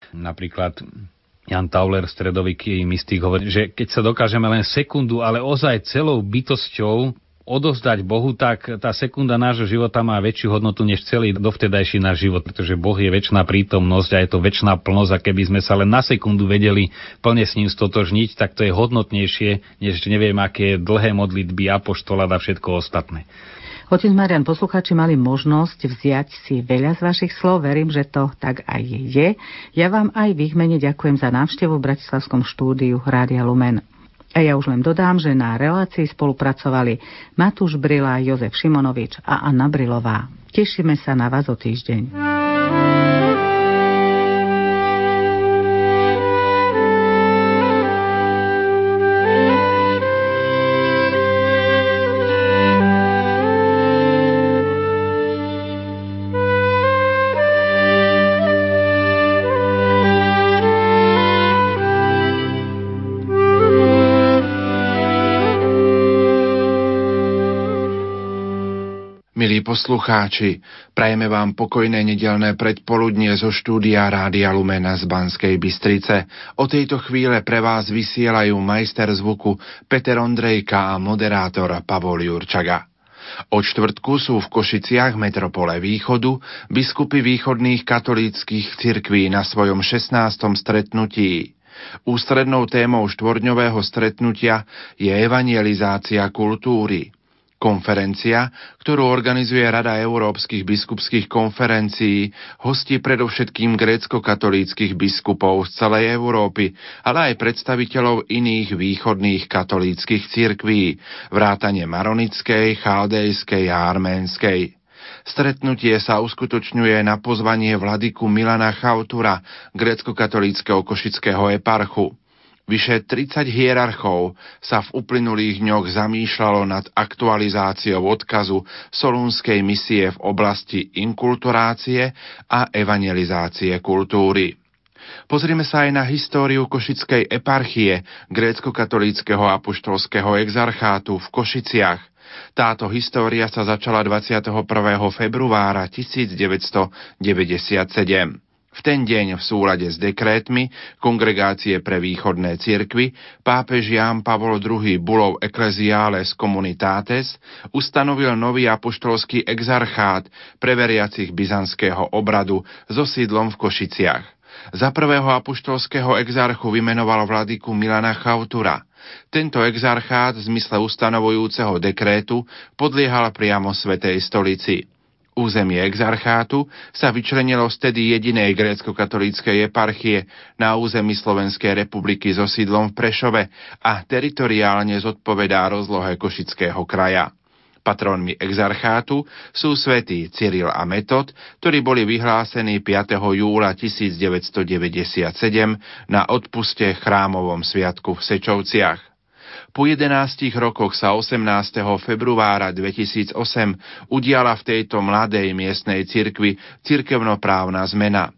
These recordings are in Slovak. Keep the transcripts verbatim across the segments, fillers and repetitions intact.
Napríklad Jan Tauler, stredoveký mystik, hovorí, že keď sa dokážeme len sekundu, ale ozaj celou bytosťou odozdať Bohu, tak tá sekunda nášho života má väčšiu hodnotu než celý dovtedajší náš život, pretože Boh je večná prítomnosť a je to večná plnosť a keby sme sa len na sekundu vedeli plne s ním stotožniť, tak to je hodnotnejšie, než neviem, aké dlhé modlitby, apoštolát a všetko ostatné. Otec Marián, poslucháči mali možnosť vziať si veľa z vašich slov, verím, že to tak aj je. Ja vám aj v ich mene ďakujem za návštevu v bratislavskom štúdiu Rádia Lumen. A ja už len dodám, že na relácii spolupracovali Matúš Brila, Jozef Šimonovič a Anna Brilová. Tešíme sa na vás o týždeň. Milí poslucháči, prajeme vám pokojné nedeľné predpoludnie zo štúdia Rádia Lumena z Banskej Bystrice. O tejto chvíle pre vás vysielajú majster zvuku Peter Ondrejka a moderátor Pavol Jurčaga. Od štvrtku sú v Košiciach metropole Východu biskupy východných katolíckych cirkví na svojom šestnástom stretnutí. Ústrednou témou štvorňového stretnutia je evangelizácia kultúry. Konferencia, ktorú organizuje Rada európskych biskupských konferencií, hostí predovšetkým grécko-katolíckych biskupov z celej Európy, ale aj predstaviteľov iných východných katolíckych cirkví, vrátane maronickej, chaldejskej a arménskej. Stretnutie sa uskutočňuje na pozvanie vladyku Milana Chautura, grécko-katolíckeho košického eparchu. Vyše tridsať hierarchov sa v uplynulých dňoch zamýšľalo nad aktualizáciou odkazu solúnskej misie v oblasti inkulturácie a evangelizácie kultúry. Pozrime sa aj na históriu Košickej eparchie grécko-katolíckeho apoštolského exarchátu v Košiciach. Táto história sa začala dvadsiateho prvého februára tisícdeväťstodeväťdesiatsedem. V ten deň v súlade s dekrétmi Kongregácie pre východné cirkvi pápež Ján Pavol druhý bulou Ecclesiales Communitates ustanovil nový apoštolský exarchát pre veriacich byzantského obradu so sídlom v Košiciach. Za prvého apoštolského exarchu vymenoval vladyku Milana Chautura. Tento exarchát v zmysle ustanovujúceho dekrétu podliehal priamo Svätej stolici. Územie exarchátu sa vyčlenilo z tedy jedinej grécko-katolíckej eparchie na území Slovenskej republiky so sídlom v Prešove a teritoriálne zodpovedá rozlohe Košického kraja. Patrónmi exarchátu sú svätí Cyril a Metod, ktorí boli vyhlásení piateho júla tisícdeväťstodeväťdesiatsedem na odpuste chrámovom sviatku v Sečovciach. Po jedenástich rokoch sa osemnásteho februára dvetisícosem udiala v tejto mladej miestnej cirkvi cirkevnoprávna zmena.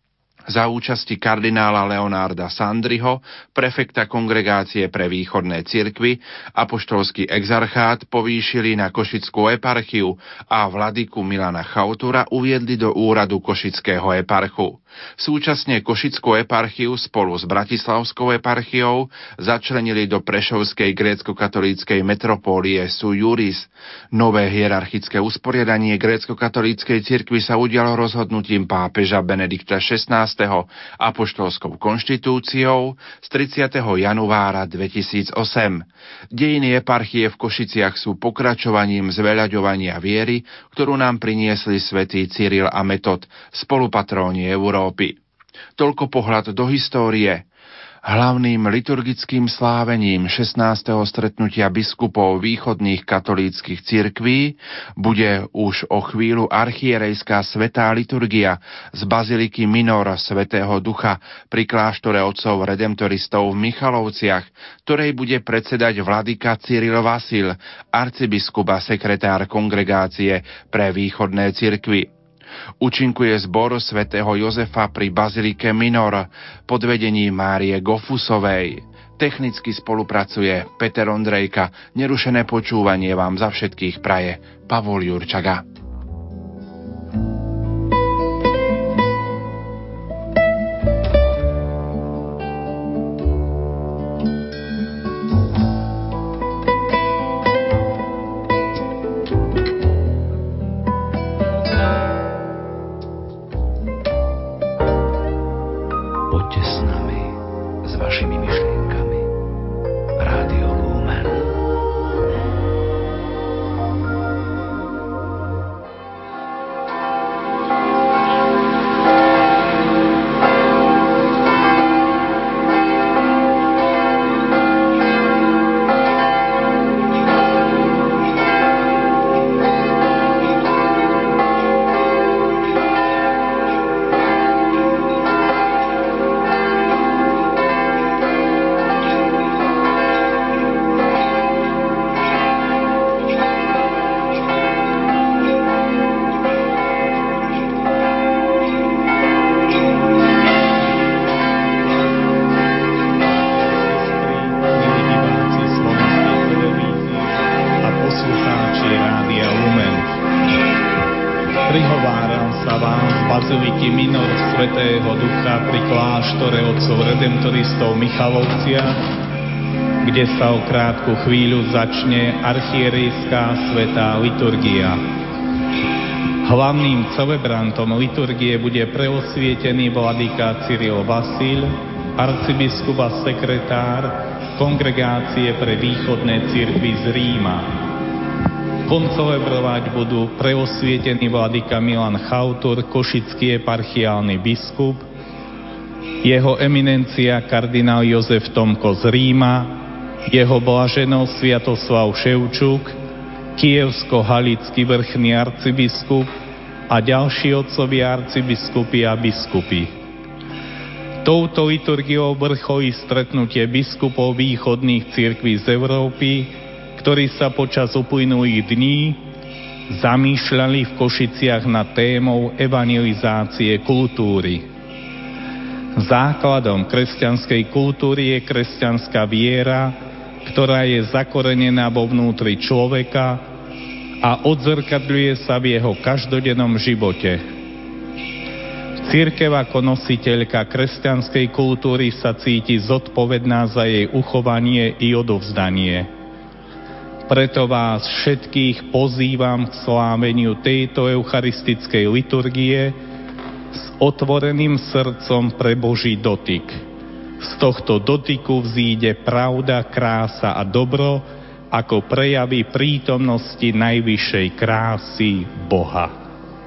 Za účasti kardinála Leonarda Sandriho, prefekta Kongregácie pre východné cirkvi, apoštolský exarchát povýšili na Košickú eparchiu a vladyku Milana Chautura uviedli do úradu Košického eparchu. Súčasne Košickú eparchiu spolu s Bratislavskou eparchiou začlenili do Prešovskej grécko-katolíckej metropólie sui juris. Nové hierarchické usporiadanie grécko-katolíckej cirkvi sa udialo rozhodnutím pápeža Benedikta šestnásteho apoštolskou konštitúciou z tridsiateho januára dvetisícosem. Dejiny eparchie v Košiciach sú pokračovaním zveľaďovania viery, ktorú nám priniesli svätí Cyril a Metod, spolupatróni Európy. Toľko pohľad do histórie. Hlavným liturgickým slávením šestnásteho stretnutia biskupov východných katolíckych cirkví bude už o chvíľu archierejská svätá liturgia z baziliky Minor svätého Ducha pri kláštore otcov redemptoristov v Michalovciach, ktorej bude predsedať vladyka Cyril Vasil, arcibiskup a sekretár Kongregácie pre východné cirkvi. Účinkuje zbor svätého Jozefa pri bazilike Minor pod vedením Márie Gofusovej. Technicky spolupracuje Peter Ondrejka. Nerušené počúvanie vám za všetkých praje Pavol Jurčaga. Buďte s nami, s vašimi myšlienkami. Rádio Lumen. Kde sa o krátku chvíľu začne archierejská svätá liturgia. Hlavným celebrantom liturgie bude preosvietený vladyka Cyril Vasil, arcibiskup a sekretár Kongregácie pre východné cirkvi z Ríma. Koncelebrovať budú preosvietený vladyka Milan Chautur, košický eparchiálny biskup, jeho eminencia kardinál Jozef Tomko z Ríma, jeho blaženosť Sviatoslav Ševčuk, kievsko-halický vrchný arcibiskup a ďalší otcovia arcibiskupy a biskupy. Touto liturgiou vrcholí stretnutie biskupov východných cirkví z Európy, ktorí sa počas uplynulých dní zamýšľali v Košiciach nad témou evangelizácie kultúry. Základom kresťanskej kultúry je kresťanská viera, ktorá je zakorenená vo vnútri človeka a odzrkadľuje sa v jeho každodennom živote. Cirkev ako nositeľka kresťanskej kultúry sa cíti zodpovedná za jej uchovanie i odovzdanie. Preto vás všetkých pozývam k sláveniu tejto eucharistickej liturgie s otvoreným srdcom pre Boží dotyk. Z tohto dotyku vzíde pravda, krása a dobro ako prejavy prítomnosti najvyššej krásy Boha.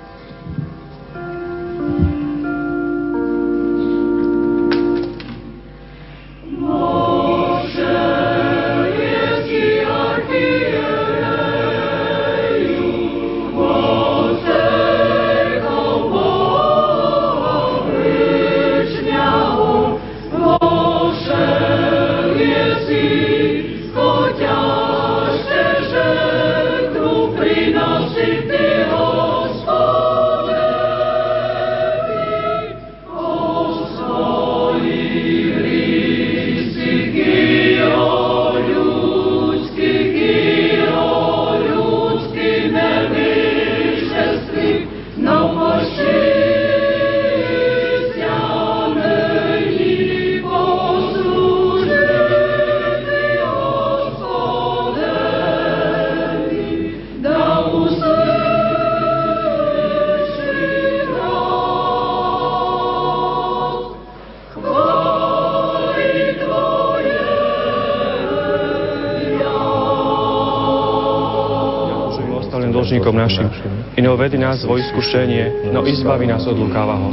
dlžníkom našim. I neuvedi nás vo iskušenie, no izbavi nás od lukavého.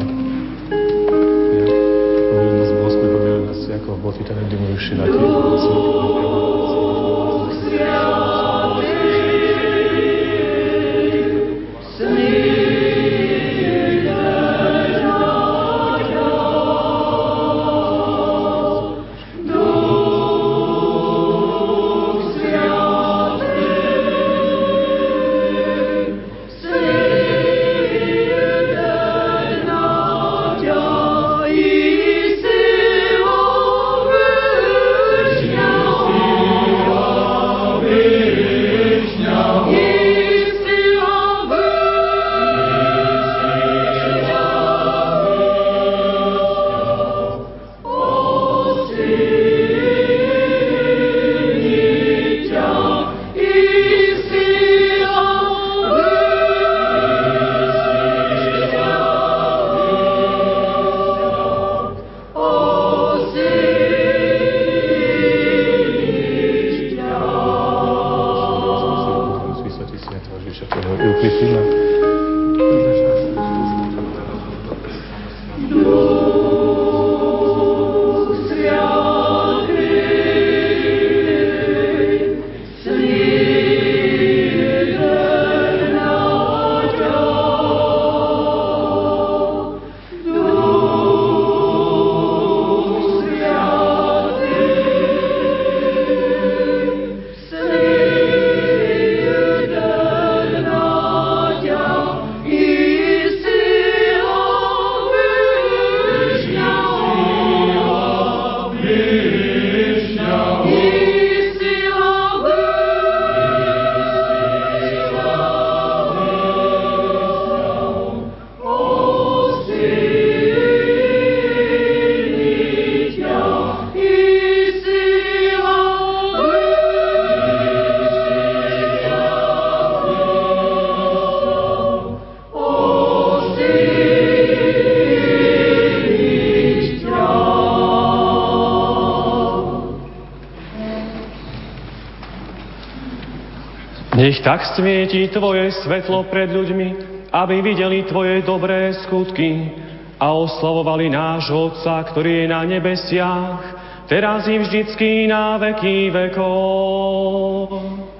Thank you. Nech tak svieti Tvoje svetlo pred ľuďmi, aby videli Tvoje dobré skutky a oslavovali nášho Otca, ktorý je na nebesiach, teraz i vždycky na veky vekov.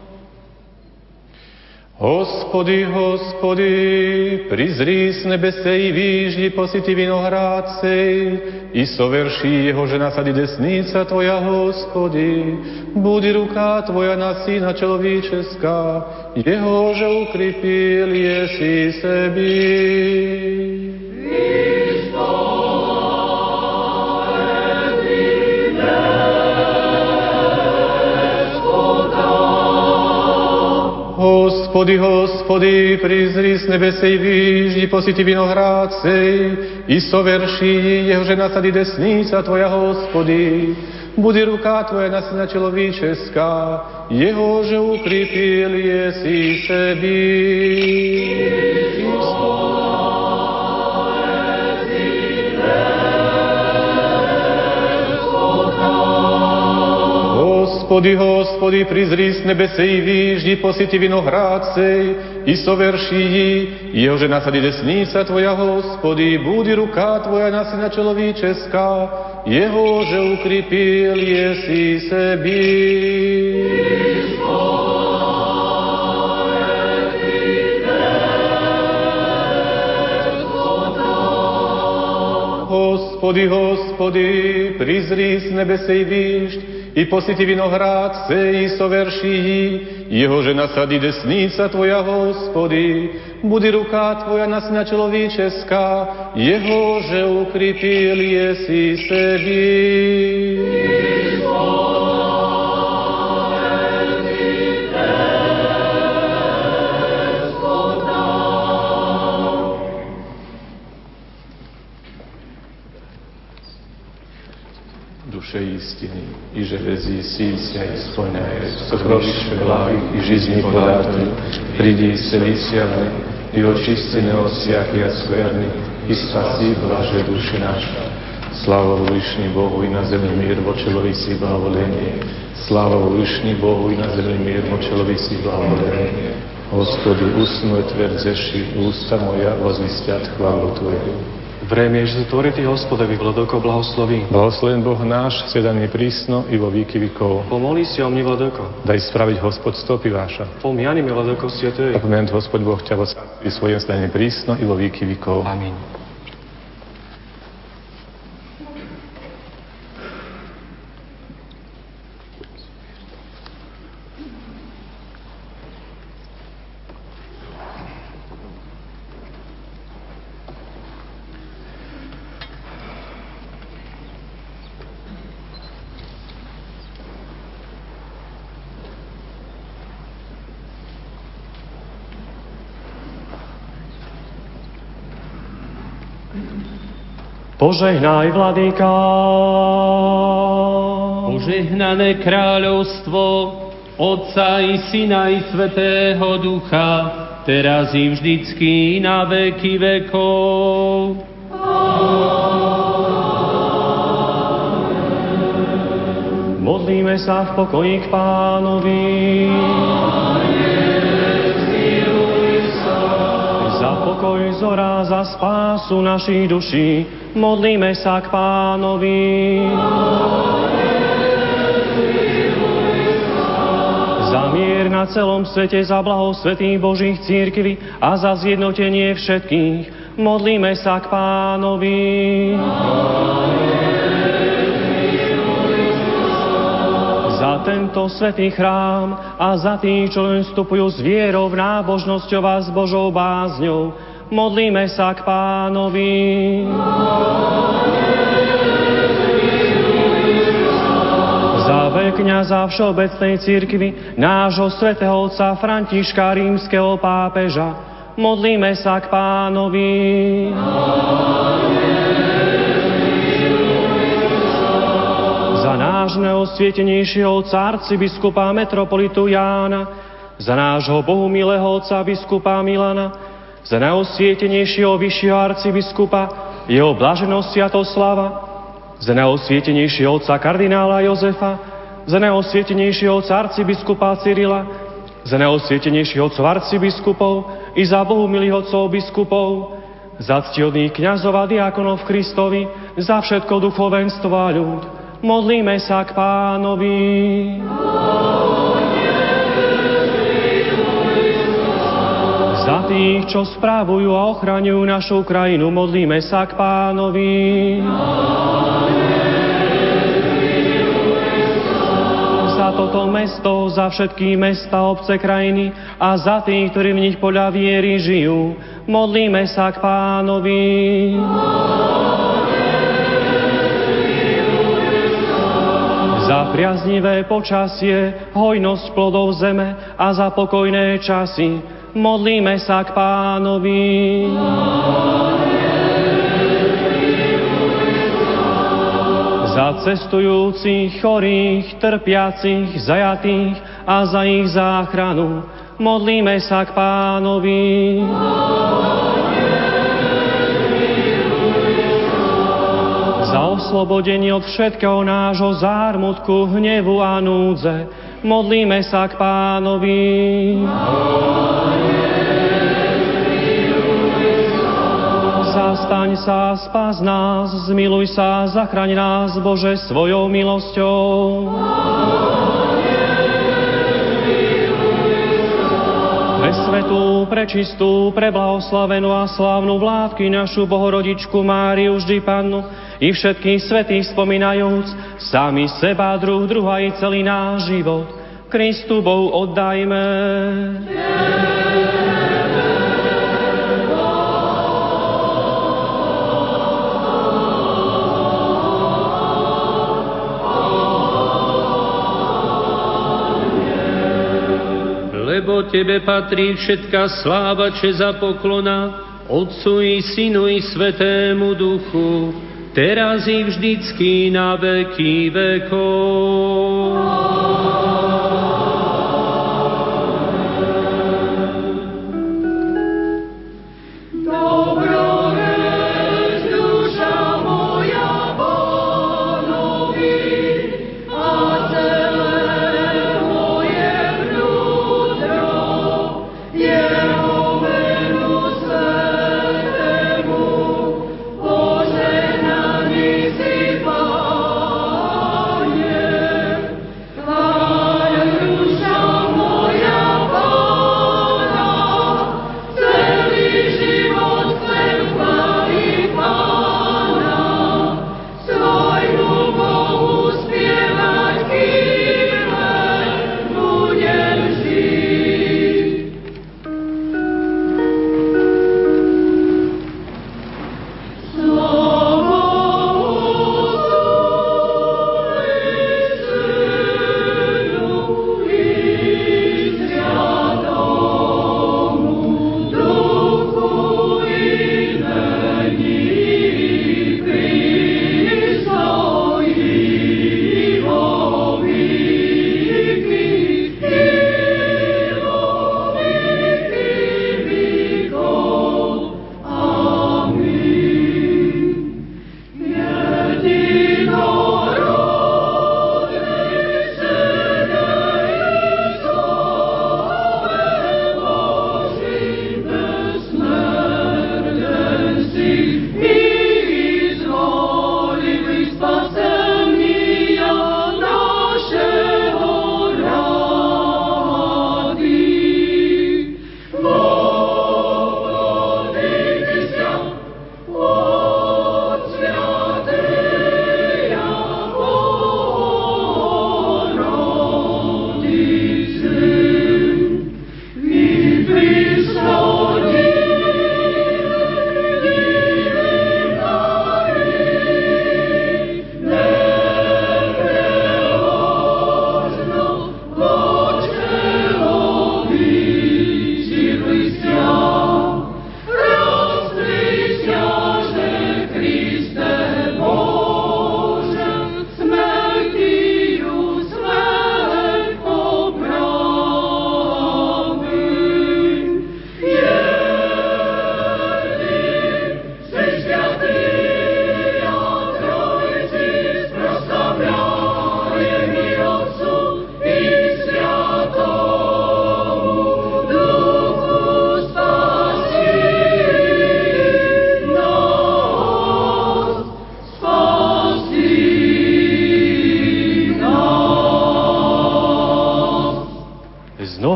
Hospody, Hospody, prizri z nebese i výždi positi vinohradcej i soverší jeho, že nasadí desnica Tvoja, Hospody. Budi ruka Tvoja na syna človíčeská, jeho, že ukrypil jesi sebi. Hospody, Hospody, prizri z nebese i výždi positi vinohradcej i soverší jeho, že nasadí desnica Tvoja, Hospody. Budi ruka Tvoja na syna človíčeská, jeho, že ukrypil jesi sebi. Hospody, Hospody, prizri z nebese i výždi positi vinohradcej i soverší jeho, že nasadí desnica Tvoja, Hospody. Budi ruka Tvoja na syna človíčeská, jeho, že ukrypil jesi sebi. Hospody, Hospody, prizri z nebese i výžď i positi vinohradce i soverší jeho, že nasadí desnica Tvoja, Hospody. Budi ruka Tvoja na syna človíčeská, jeho, že ukrypil jesi sebi. Duše istiny, i železí sícia i spojnaje, sokroviše blahých i žizni podáteli, prídi celíciavne, i očistene osiahy a skverny, i spasí blaže duše naša. Sláva vyšný Bohu i na zemi mír, vočelovi si blahovolenie. Sláva vyšný Bohu i na zemi mír, vočelovi si blahovolenie. Hospody, usnuje tvrdzeši, ústa moja vozvistiat chválu Tvoju. Vrejme, že zatvoritý Hospodovi Vladoko blahosloví. Blahosloven Boh náš, svedaný prísno i vo výky vekov. Pomolí si o mne, Vladoko. Daj spraviť Hospod stopy váša. Pomiani mi, Vladoko, sviatej. Opomenúť Hospod Boh ťa vo svojom svojom svedaný prísno i vo výky vekov. Amen. Požehnaj, Vladyka. Požehnané kráľovstvo Otca i Syna i Svätého Ducha, teraz i vždycky na veky vekov. Modlíme sa v pokoji k Pánovi. Za pokoj zora, za spásu našich duší, modlíme sa k Pánovi. Za mier na celom svete, za blaho svätých Božích cirkví a za zjednotenie všetkých, modlíme sa k Pánovi. Za tento svätý chrám a za tých, čo len vstupujú s vierou, v nábožnosťou a s Božou bázňou, modlíme sa k Pánovi. Za veľkňaza všeobecnej cirkvi, nášho svätého otca Františka rímskeho pápeža, modlíme sa k Pánovi. Za nášho neosvietenejšieho otca arcibiskupa metropolitu Jána, za nášho bohumilého otca biskupa Milana, za najosvietenejšieho vyššieho arcibiskupa, jeho blaženosť Sviatoslava, za najosvietenejšieho otca kardinála Jozefa, za najosvietenejšieho otca arcibiskupa Cyrila, za najosvietenejších otcov arcibiskupov i za Bohu milých otcov biskupov, za ctihodných kňazov a diakonov v Kristovi, za všetko duchovenstvo a ľud. Modlíme sa k Pánovi. Za tých, čo správujú a ochraňujú našu krajinu, modlíme sa k Pánovi. Za toto mesto, za všetky mesta, obce, krajiny a za tých, ktorí v nich podľa viery žijú, modlíme sa k Pánovi. Za priaznivé počasie, hojnosť plodov zeme a za pokojné časy, modlíme sa k Pánovi. Za cestujúcich, chorých, trpiacich, zajatých a za ich záchranu, modlíme sa k Pánovi. Za oslobodenie od všetkého nášho zármutku, hnevu a núdze, modlíme sa k Pánovi. Zastaň sa, spás nás, zmiluj sa, zachraň nás, Bože, svojou milosťou. Presvetú, prečistú, preblahoslavenú a slávnu vládky našu Bohorodičku Máriu, vždy Pannu, i všetkých svätých spomínajúc, sami seba, druh druha i celý náš život, Kristu Bohu oddajme. Lebo Tebe patrí všetká sláva, česť a poklona, Otcu i Synu i Svätému Duchu, teraz i vždycky na veky vekov. Love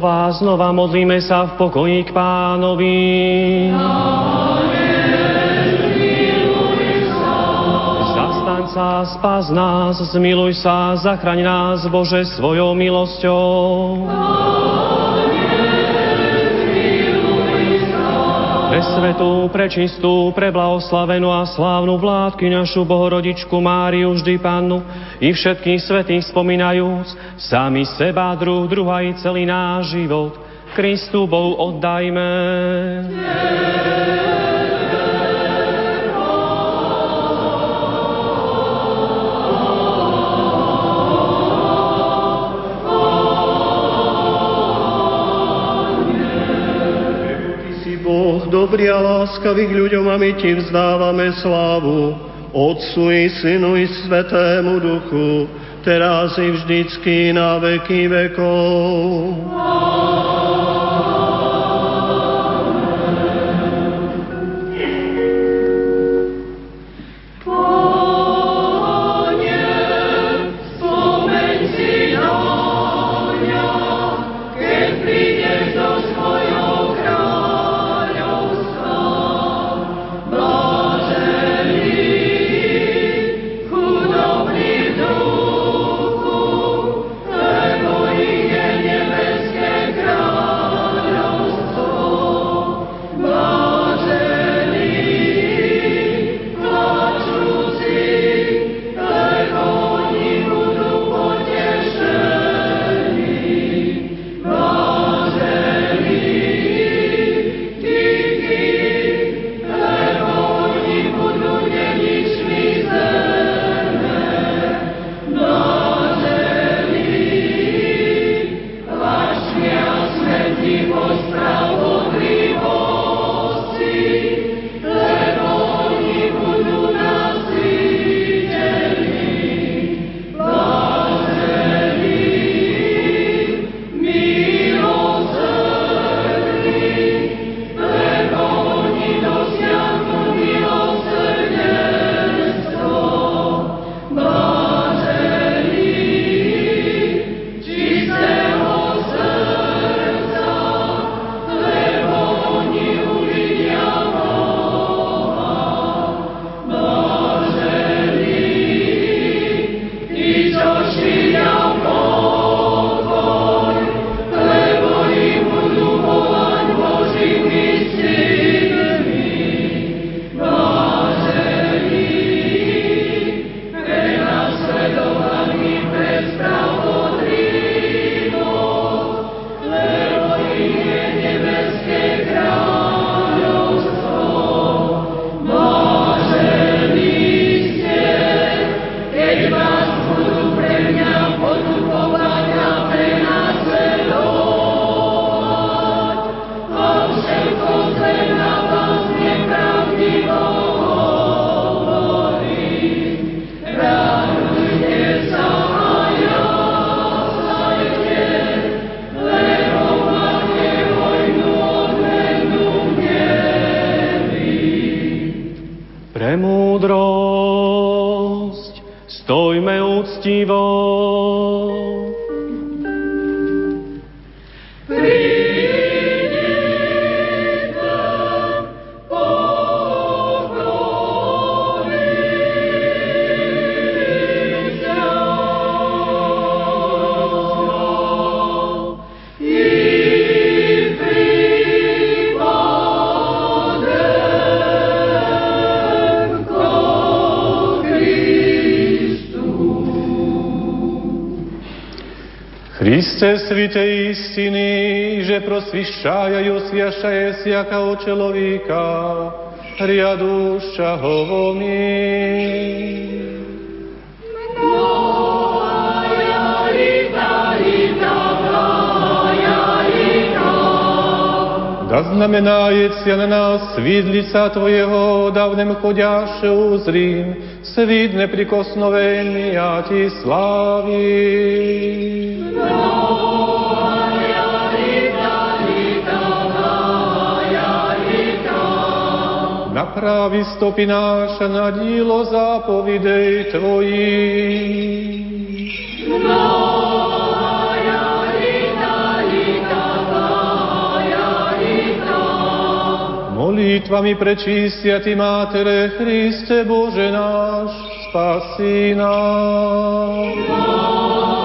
znova a znova modlíme sa v pokoji k Pánovi. Zastaň sa, spás nás, zmiluj sa, zachraň nás, Bože, svojou milosťou. Presvetú, prečistú, preblahoslavenú a slávnu vládky našu Bohorodičku Máriu, vždy Pannu, i všetkých svätých spomínajúc, sami seba, druh, druha i celý náš život, Kristu Bohu oddajme. Dobrý a láskavých ľuďom a my ti vzdávame slávu, Otcu i Synu i Svätému Duchu, teraz i vždycky na veky vekov. Múdrosť, stojme úctivo. Христе, святые истины, же просвещая и освящая всякого человека, рядущего мир. Да знаменается на нас вид лица Твоего, давнем ходяще узрим, свид неприкосновения Ти слави. Направи стопи наша на діло заповідей Твоїх. Моя літа, літа, modlitbami prečistia Ty, Mátere Kriste Bože náš, spasi nás.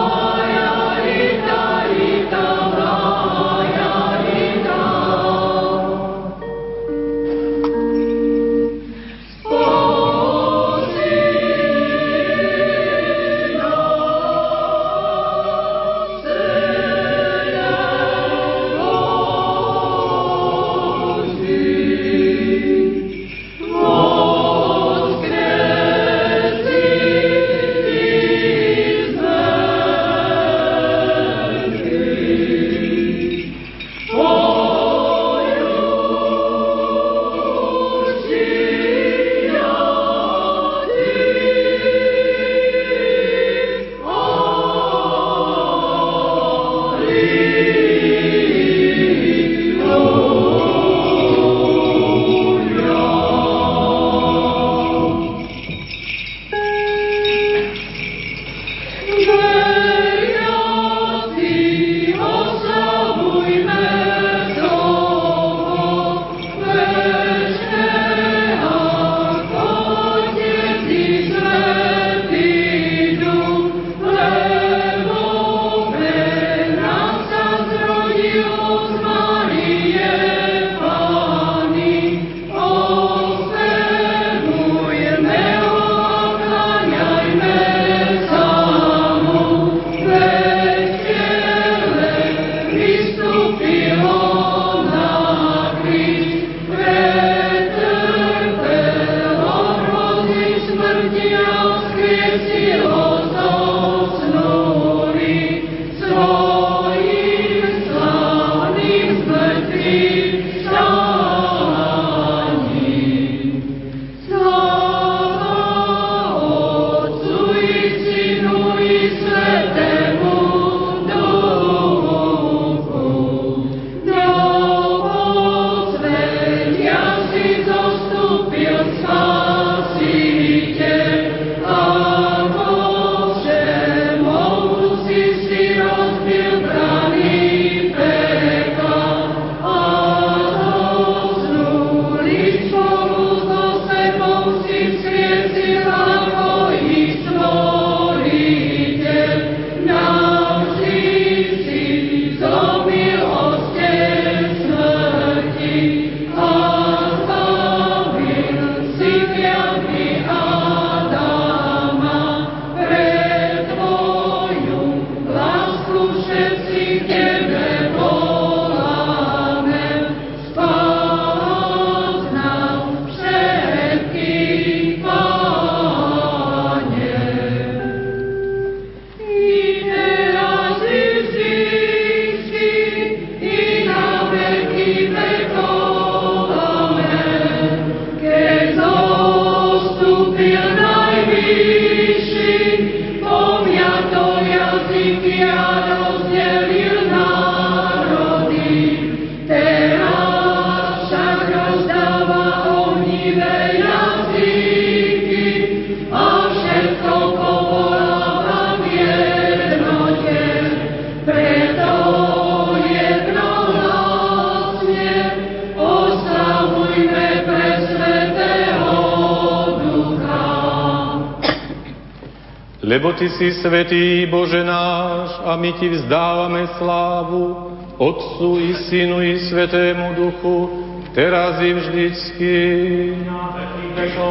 Lebo Ty si svätý, Bože náš, a my Ti vzdávame slávu, Otcu i Synu i Svätému Duchu, teraz i vždycky. Na veky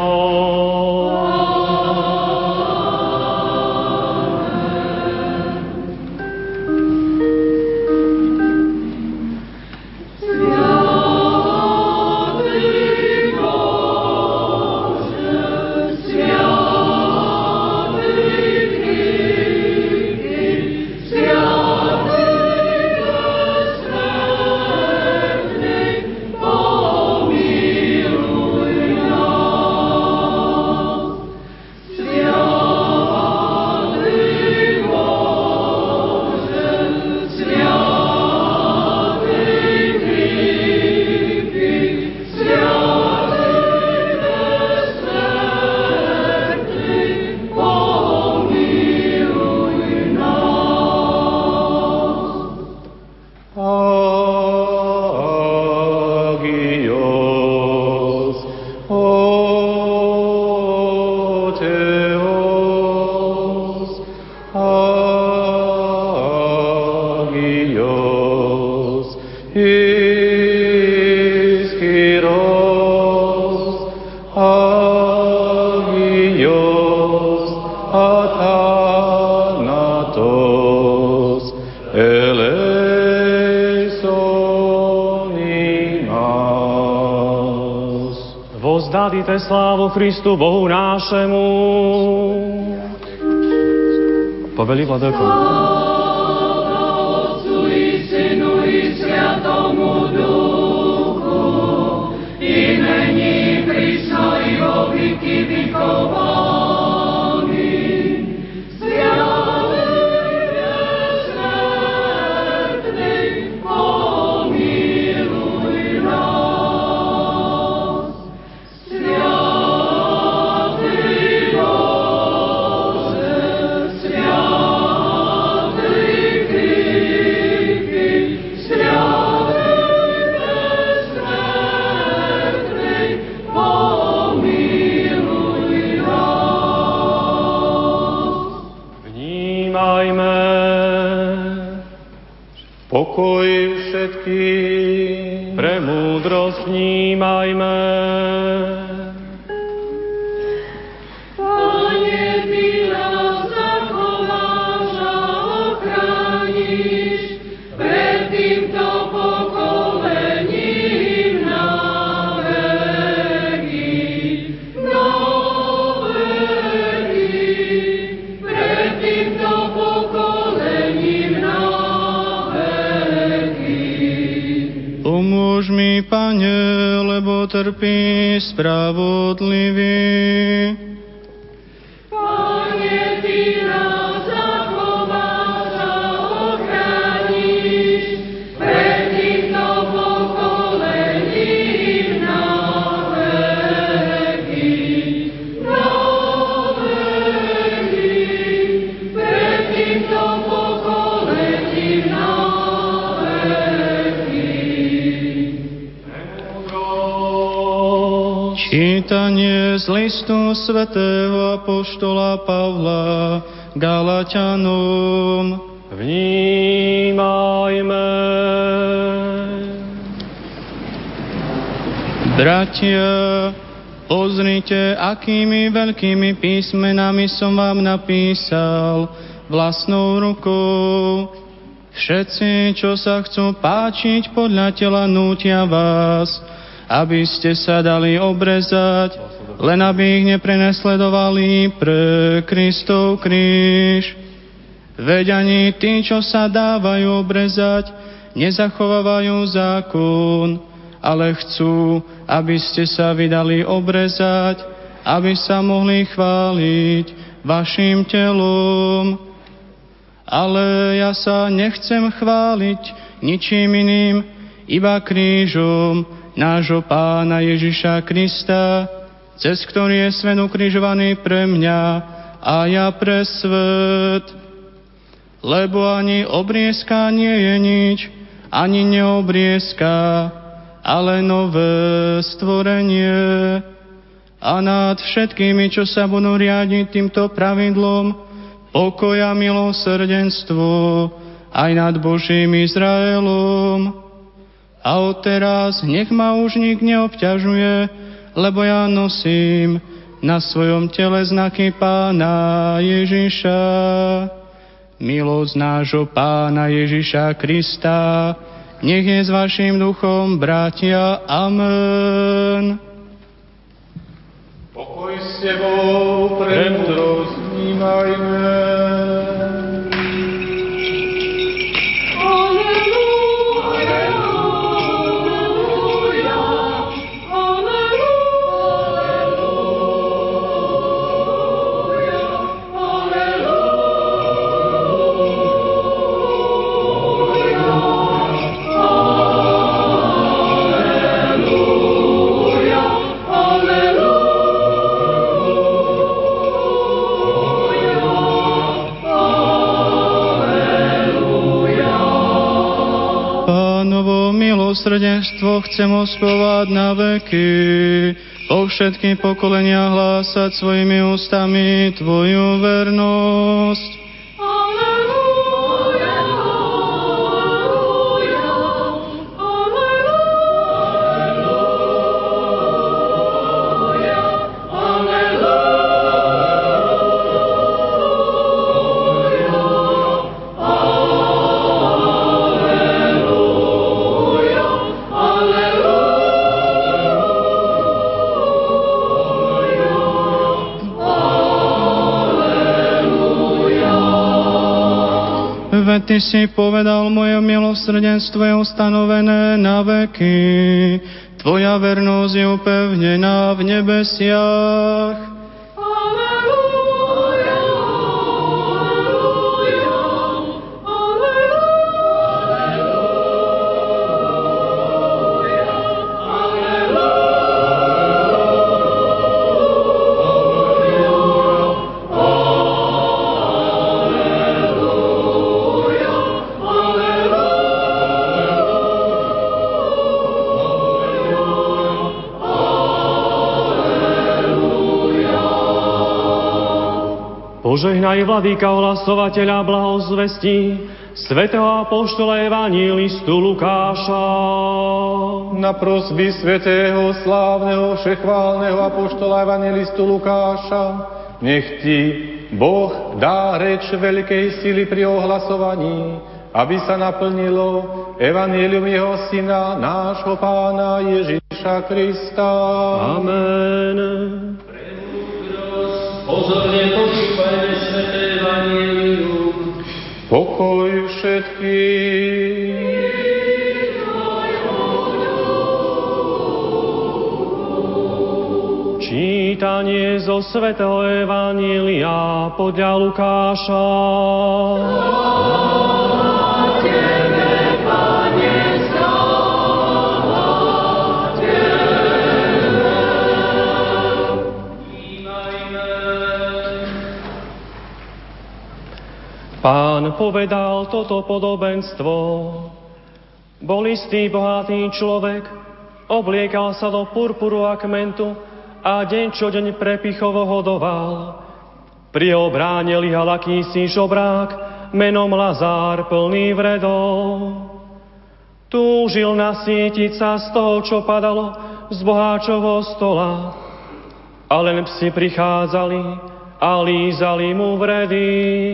vekov. athanatos eleison imas. Vozdávite slávu Christu Bohu nášemu. Poveli vladakom. Pokoj všetkým. Pre múdrosť vnímajme. Pane, Ty nás zachováš a ochrániš pred týmto pokolením na veky, na veky, pred týmto pokolením na Pomôž mi, Pane, lebo trpí spravodlivý. Pane, Ty nás zachováš a ochrániš pred týmto pokolením na veky, na veky, pred týmto pokolením na Čítanie z listu svätého apoštola Pavla Galatianom. Vnímajme. Bratia, pozrite, akými veľkými písmenami som vám napísal vlastnou rukou. Všetci, čo sa chcú páčiť podľa tela, nútia vás, aby ste sa dali obrezať, len aby ich neprenasledovali pre Kristov kríž. Veď ani tí, čo sa dávajú obrezať, nezachovávajú zákon, ale chcú, aby ste sa vydali obrezať, aby sa mohli chváliť vašim telom. Ale ja sa nechcem chváliť ničím iným, iba krížom nášho Pána Ježiša Krista, cez ktorý je svet ukrižovaný pre mňa a ja pre svet. Lebo ani obriezka nie je nič, ani neobriezka, ale nové stvorenie. A nad všetkými, čo sa budú riadiť týmto pravidlom, pokoj a milosrdenstvo, aj nad Božím Izraelom. A odteraz nech ma už nik neobťažuje, lebo ja nosím na svojom tele znaky Pána Ježiša. Milosť nášho Pána Ježiša Krista, nech je s vašim duchom, bratia. Amen. Pokoj s tebou, premudrosť vnímajme. Milosrdenstvo chcem ospevovať na veky, po všetky pokolenia hlásať svojimi ústami Tvoju vernosť. Aleluja, aleluja, aleluja, aleluja. Veď Ty si povedal, moje milosrdenstvo je ustanovené na veky. Tvoja vernosť je upevnená v nebesiach. Požehnaj, Vladyka, ohlasovateľa blahozvestí, svätého apoštola evanjelistu Lukáša. Na prosby svätého, slávneho, všechválneho apoštola evanjelistu Lukáša, nech Ti Boh dá reč veľkej sily pri ohlasovaní, aby sa naplnilo evanjelium jeho syna, nášho Pána Ježiša Krista. Amen. Pozorne počúvajme sväté evanjelium. Pokoj všetkým. Čítanie zo svätého evanjelia podľa Lukáša. Pán povedal toto podobenstvo. Bol istý bohatý človek, obliekal sa do purpuru a kmentu a deň čo deň prepichovo hodoval. Pri jeho bráne lihal akýsi žobrák menom Lazár plný vredov. Túžil nasýtiť sa z toho, čo padalo z boháčovho stola, ale len psi prichádzali a lízali mu vredy.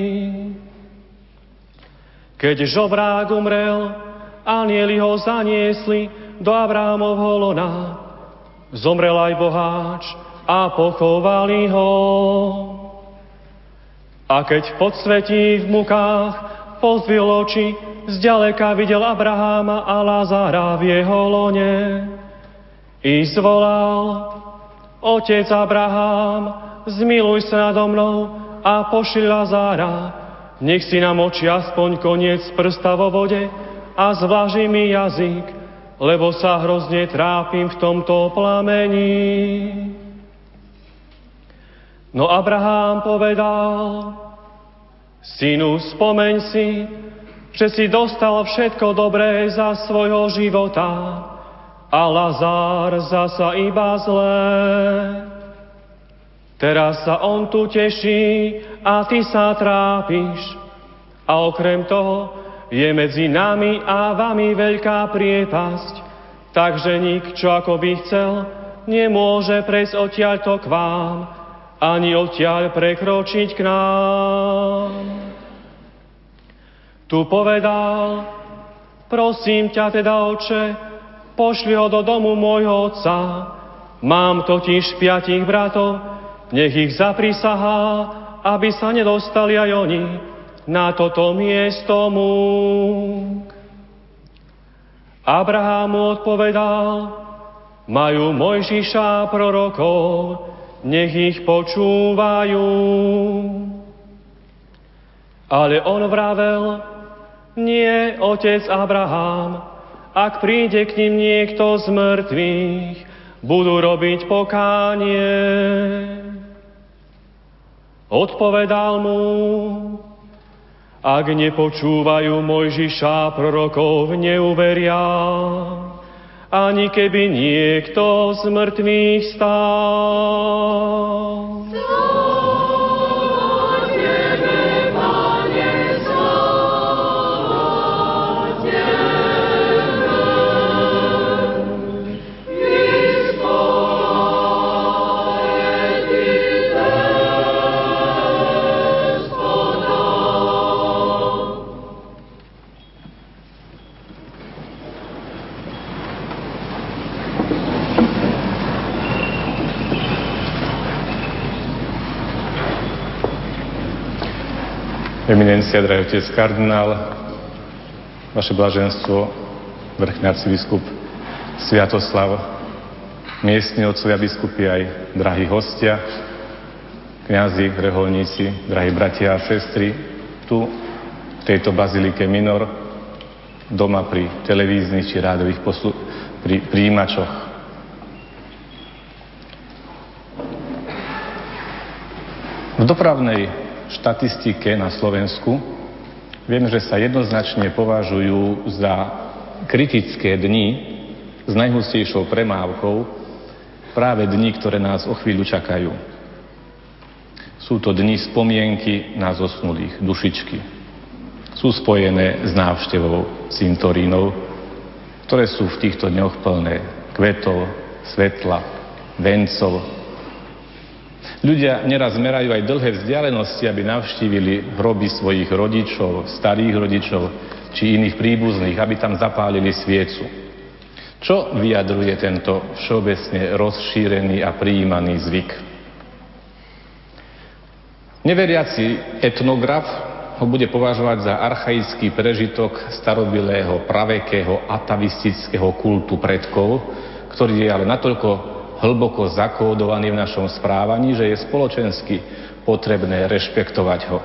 Keď žobrák umrel, anjeli ho zaniesli do Abrahamovho lona. Zomrel aj boháč a pochovali ho. A keď v podsvetí v mukách pozdvihol oči, zďaleka videl Abraháma a Lazára v jeho lone. I zvolal: Otec Abrahám, zmiluj sa nado mnou a pošli Lazára, nech si namočí aspoň koniec prsta vo vode a zvlaží mi jazyk, lebo sa hrozne trápim v tomto plamení. No Abrahám povedal: Synu, spomeň si, že si dostal všetko dobré za svojho života a Lazár zasa iba zlé. Teraz sa on tu teší a ty sa trápiš. A okrem toho je medzi nami a vami veľká priepasť, takže nik, čo ako by chcel, nemôže prejsť odtiaľto k vám, ani odtiaľ prekročiť k nám. Tu povedal: Prosím ťa teda, Oče, pošli ho do domu môjho otca. Mám totiž piatich bratov, nech ich zaprisahá, aby sa nedostali aj oni na toto miesto múk. Abrahám mu odpovedal: Majú Mojžiša a prorokov, nech ich počúvajú. Ale on vravel: Nie, otec Abrahám, ak príde k nim niekto z mŕtvych, budú robiť pokánie. Odpovedal mu: Ak nepočúvajú Mojžiša a prorokov, neuveria, ani keby niekto z mŕtvych stál. Eminencia, drahý otec kardinál, vaše blaženstvo, vrchný arcibiskup Sviatoslav, miestni otcovia biskupy, aj drahí hostia, kňazi, reholníci, drahí bratia a sestry, tu v tejto bazilike Minor, doma pri televíznych či rádových poslu- pri príjimačoch. V dopravnej štatistike na Slovensku vieme, že sa jednoznačne považujú za kritické dni s najhustejšou premávkou práve dni, ktoré nás o chvíľu čakajú. Sú to dni spomienky na zosnulých, dušičky. Sú spojené s návštevou cintorínov, ktoré sú v týchto dňoch plné kvetov, svetla, vencov. Ľudia neraz merajú aj dlhé vzdialenosti, aby navštívili hroby svojich rodičov, starých rodičov či iných príbuzných, aby tam zapálili sviecu. Čo vyjadruje tento všeobecne rozšírený a prijímaný zvyk? Neveriaci etnograf ho bude považovať za archaický prežitok starobilého, pravekého, atavistického kultu predkov, ktorý je ale natoľko hlboko zakódovaný v našom správaní, že je spoločensky potrebné rešpektovať ho.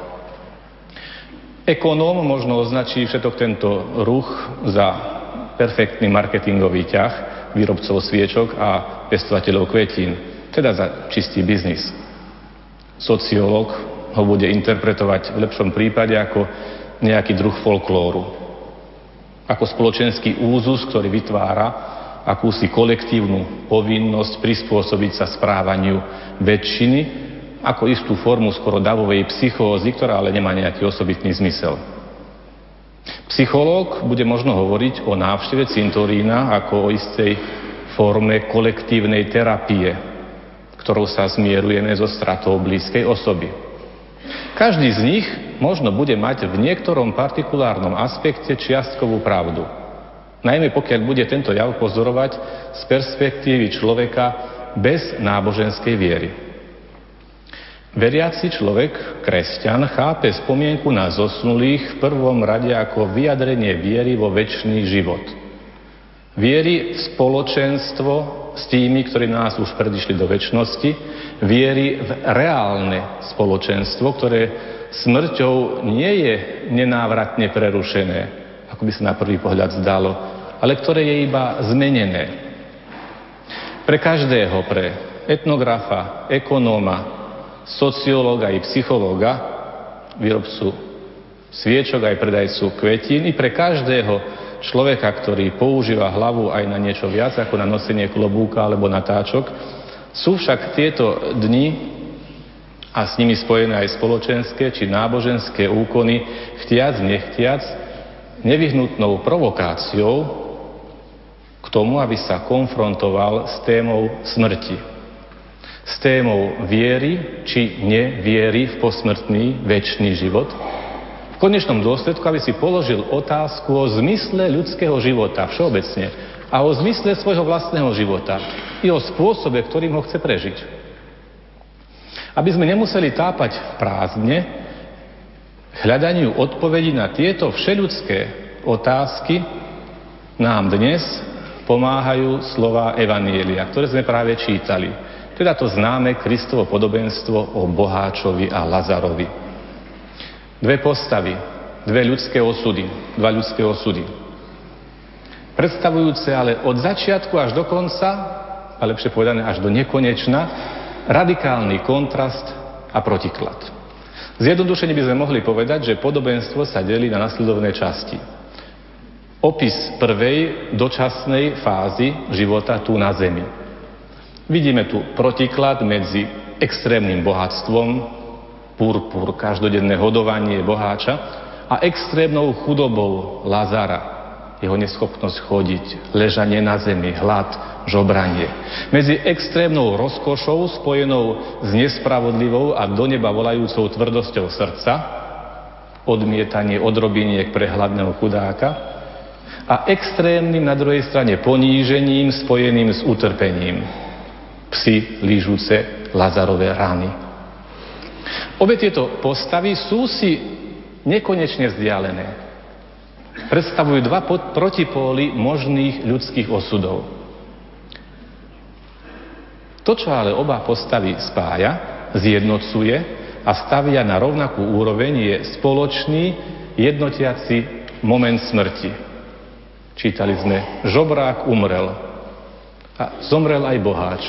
Ekonóm možno označí všetok tento ruch za perfektný marketingový ťah výrobcov sviečok a pestovateľov kvetín, teda za čistý biznis. Sociológ ho bude interpretovať v lepšom prípade ako nejaký druh folklóru. Ako spoločenský úzus, ktorý vytvára akúsi kolektívnu povinnosť prispôsobiť sa správaniu väčšiny, ako istú formu skoro davovej psychózy, ktorá ale nemá nejaký osobitný zmysel. Psychológ bude možno hovoriť o návšteve cintorína ako o istej forme kolektívnej terapie, ktorou sa zmierujeme so stratou blízkej osoby. Každý z nich možno bude mať v niektorom partikulárnom aspekte čiastkovú pravdu. Najmä pokiaľ bude tento jav pozorovať z perspektívy človeka bez náboženskej viery. Veriaci človek, kresťan, chápe spomienku na zosnulých v prvom rade ako vyjadrenie viery vo večný život. Viery v spoločenstvo s tými, ktorí nás už predišli do večnosti, viery v reálne spoločenstvo, ktoré smrťou nie je nenávratne prerušené, ako by sa na prvý pohľad zdalo, ale ktoré je iba zmenené. Pre každého, pre etnografa, ekonóma, sociológa i psychológa, výrobcu sviečok aj predajcu kvetín, i pre každého človeka, ktorý používa hlavu aj na niečo viac ako na nosenie klobúka alebo natáčok, sú však tieto dni a s nimi spojené aj spoločenské či náboženské úkony chtiac nechtiac nevyhnutnou provokáciou k tomu, aby sa konfrontoval s témou smrti. S témou viery či neviery v posmrtný večný život. V konečnom dôsledku, aby si položil otázku o zmysle ľudského života všeobecne a o zmysle svojho vlastného života i o spôsobe, ktorým ho chce prežiť. Aby sme nemuseli tápať v prázdne, hľadaniu odpovedí na tieto všeľudské otázky nám dnes pomáhajú slová Evanjelia, ktoré sme práve čítali. Teda to známe Kristovo podobenstvo o boháčovi a Lazarovi. Dve postavy, dve ľudské osudy, dva ľudské osudy. Predstavujúce ale od začiatku až do konca, a lepšie povedané až do nekonečna, radikálny kontrast a protiklad. Zjednodušene by sme mohli povedať, že podobenstvo sa delí na nasledovné časti. Opis prvej dočasnej fázy života tu na zemi. Vidíme tu protiklad medzi extrémnym bohatstvom, purpur, každodenné hodovanie boháča a extrémnou chudobou Lazara, jeho neschopnosť chodiť, ležanie na zemi, hlad, žobranie. Medzi extrémnou rozkošou spojenou s nespravodlivou a do neba volajúcou tvrdosťou srdca, odmietanie odrobiniek pre hladného chudáka, a extrémnym na druhej strane ponížením spojeným s utrpením. Psi lížuce Lazarove rány. Obe tieto postavy sú si nekonečne vzdialené. Predstavujú dva protipóly možných ľudských osudov. To, čo ale oba postavy spája, zjednocuje a stavia na rovnakú úroveň, je spoločný jednotiaci moment smrti. Čítali sme, žobrák umrel a zomrel aj boháč.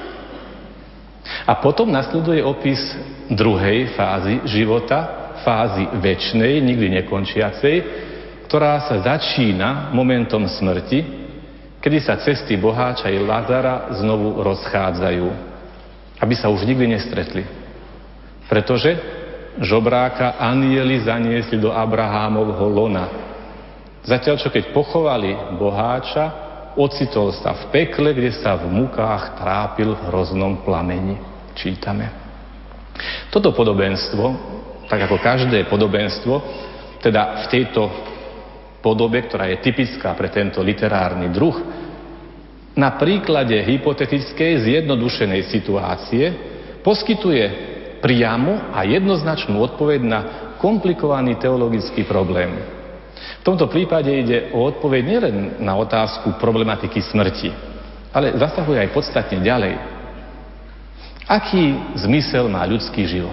A potom nasleduje opis druhej fázy života, fázy večnej, nikdy nekončiacej, ktorá sa začína momentom smrti, kedy sa cesty boháča i Lazara znovu rozchádzajú, aby sa už nikdy nestretli. Pretože žobráka anjeli zaniesli do Abrahámovho lona. Zatiaľ, čo keď pochovali boháča, ocitol sa v pekle, kde sa v mukách trápil v hroznom plameni. Čítame. Toto podobenstvo, tak ako každé podobenstvo, teda v tejto podobe, ktorá je typická pre tento literárny druh, na príklade hypotetickej zjednodušenej situácie poskytuje priamu a jednoznačnú odpoveď na komplikovaný teologický problém. V tomto prípade ide o odpoveď nielen na otázku problematiky smrti, ale zasahuje aj podstatne ďalej. Aký zmysel má ľudský život?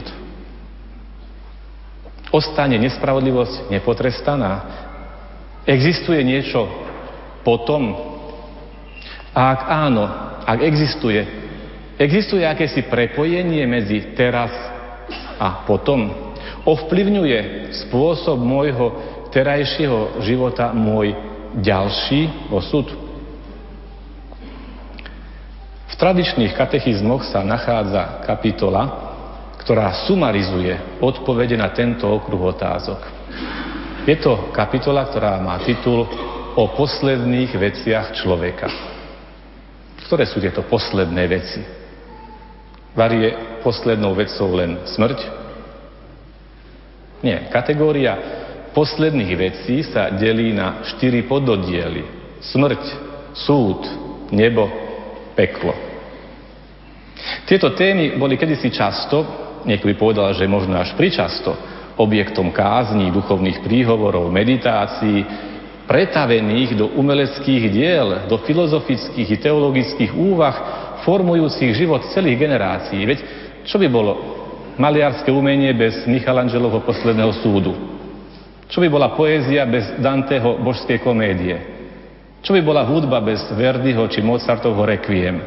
Ostane nespravodlivosť nepotrestaná? Existuje niečo potom? A ak áno, ak existuje, existuje akési prepojenie medzi teraz a potom? Ovplyvňuje spôsob môjho terajšieho života môj ďalší osud? V tradičných katechizmoch sa nachádza kapitola, ktorá sumarizuje odpovede na tento okruh otázok. Je to kapitola, ktorá má titul O posledných veciach človeka. Ktoré sú tieto posledné veci? Var je poslednou vecou len smrť? Nie. Kategória posledných vecí sa delí na štyri pododiely. Smrť, súd, nebo, peklo. Tieto témy boli kedysi často, niekto by povedal, že možno až pričasto, objektom kázní, duchovných príhovorov, meditácií, pretavených do umeleckých diel, do filozofických i teologických úvah, formujúcich život celých generácií. Veď čo by bolo maliarské umenie bez Michelangelovho posledného súdu? Čo by bola poézia bez Danteho božskej komédie? Čo by bola hudba bez Verdiho či Mozartovho Requiem?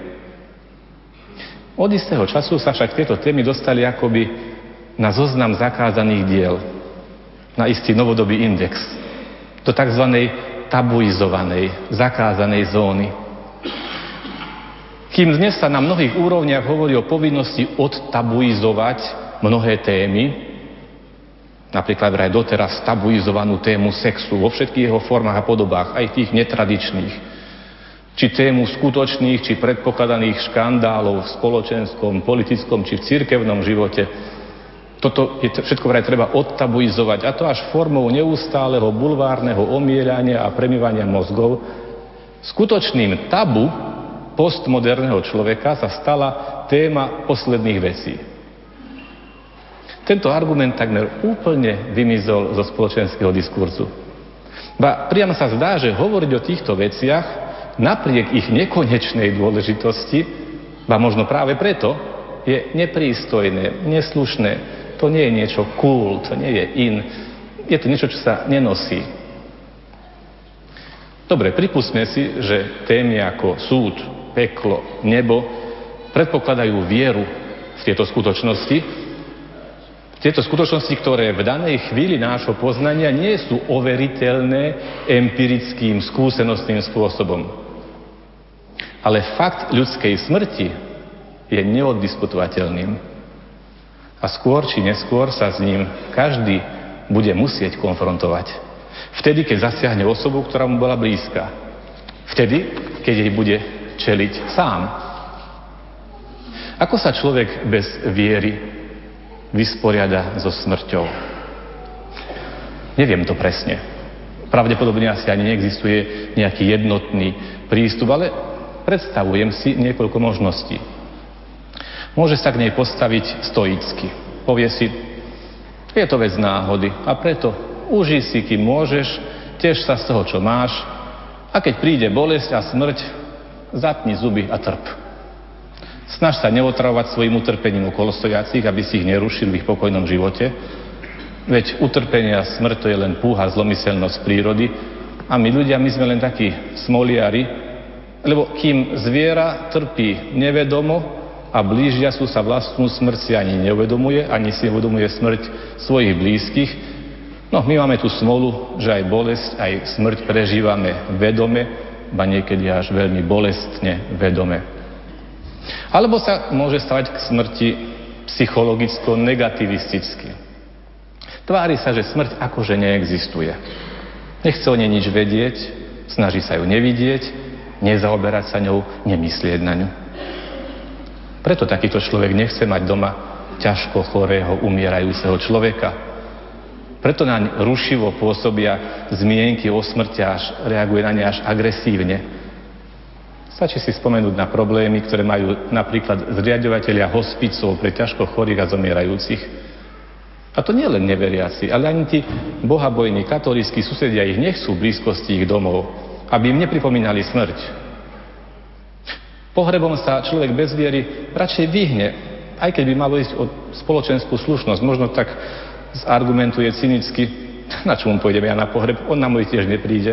Od istého času sa však tieto témy dostali akoby na zoznam zakázaných diel, na istý novodobý index, do tzv. Tabuizovanej, zakázanej zóny. Kým dnes sa na mnohých úrovniach hovorí o povinnosti odtabuizovať mnohé témy, napríklad vraj doteraz tabuizovanú tému sexu vo všetkých jeho formách a podobách, aj tých netradičných, či tému skutočných, či predpokladaných škandálov v spoločenskom, politickom, či v cirkevnom živote. Toto je všetko vraj treba odtabuizovať, a to až formou neustáleho bulvárneho omieľania a premývania mozgov. Skutočným tabu postmoderného človeka sa stala téma posledných vecí. Tento argument takmer úplne vymizol zo spoločenského diskurzu. Ba priamo sa zdá, že hovoriť o týchto veciach napriek ich nekonečnej dôležitosti, ba možno práve preto, je neprístojné, neslušné. To nie je niečo cool, to nie je in. Je to niečo, čo sa nenosí. Dobre, pripustme si, že témy ako súd, peklo, nebo predpokladajú vieru v tieto skutočnosti. Tieto skutočnosti, ktoré v danej chvíli nášho poznania nie sú overiteľné empirickým, skúsenostným spôsobom. Ale fakt ľudskej smrti je neoddiskutovateľným. A skôr či neskôr sa s ním každý bude musieť konfrontovať. Vtedy, keď zasiahne osobu, ktorá mu bola blízka. Vtedy, keď jej bude čeliť sám. Ako sa človek bez viery vysporiada so smrťou? Neviem to presne. Pravdepodobne asi ani neexistuje nejaký jednotný prístup, ale predstavujem si niekoľko možností. Môže sa k nej postaviť stoicky. Povie si, Je to vec náhody a preto užij si, kým môžeš, teš sa z toho, čo máš a keď príde bolesť a smrť, zatni zuby a trp. Snaž sa neotravovať svojim utrpením okolostojácich, aby si ich nerušil v ich pokojnom živote. Veď utrpenie a smrť to je len púha zlomyselnosť prírody a my ľudia, my sme len takí smoliari, lebo kým zviera trpí nevedomo a blížia sú sa vlastnú smrť si ani neuvedomuje, ani si uvedomuje smrť svojich blízkych, no my máme tú smolu, že aj bolesť, aj smrť prežívame vedome, ba niekedy až veľmi bolestne vedome. Alebo sa môže stavať k smrti psychologicko-negativisticky. Tvári sa, že smrť akože neexistuje. Nechce o nej nič vedieť, snaží sa ju nevidieť, nezaoberať sa ňou, nemyslieť na ňu. Preto takýto človek nechce mať doma ťažko chorého, umierajúceho človeka. Preto naň rušivo pôsobia zmienky o smrti, až reaguje na ne až agresívne. Stačí si spomenúť na problémy, ktoré majú napríklad zriaďovatelia hospicov pre ťažko chorých a zomierajúcich. A to nie len neveriaci, ale ani tí bohabojní katolícki susedia ich nechcú v blízkosti ich domov, aby im nepripomínali smrť. Pohrebom sa človek bez viery radšej vyhne, aj keď by malo ísť o spoločenskú slušnosť. Možno tak zargumentuje cynicky, na čo mu pôjdem ja na pohreb, on na môj tiež nepríde.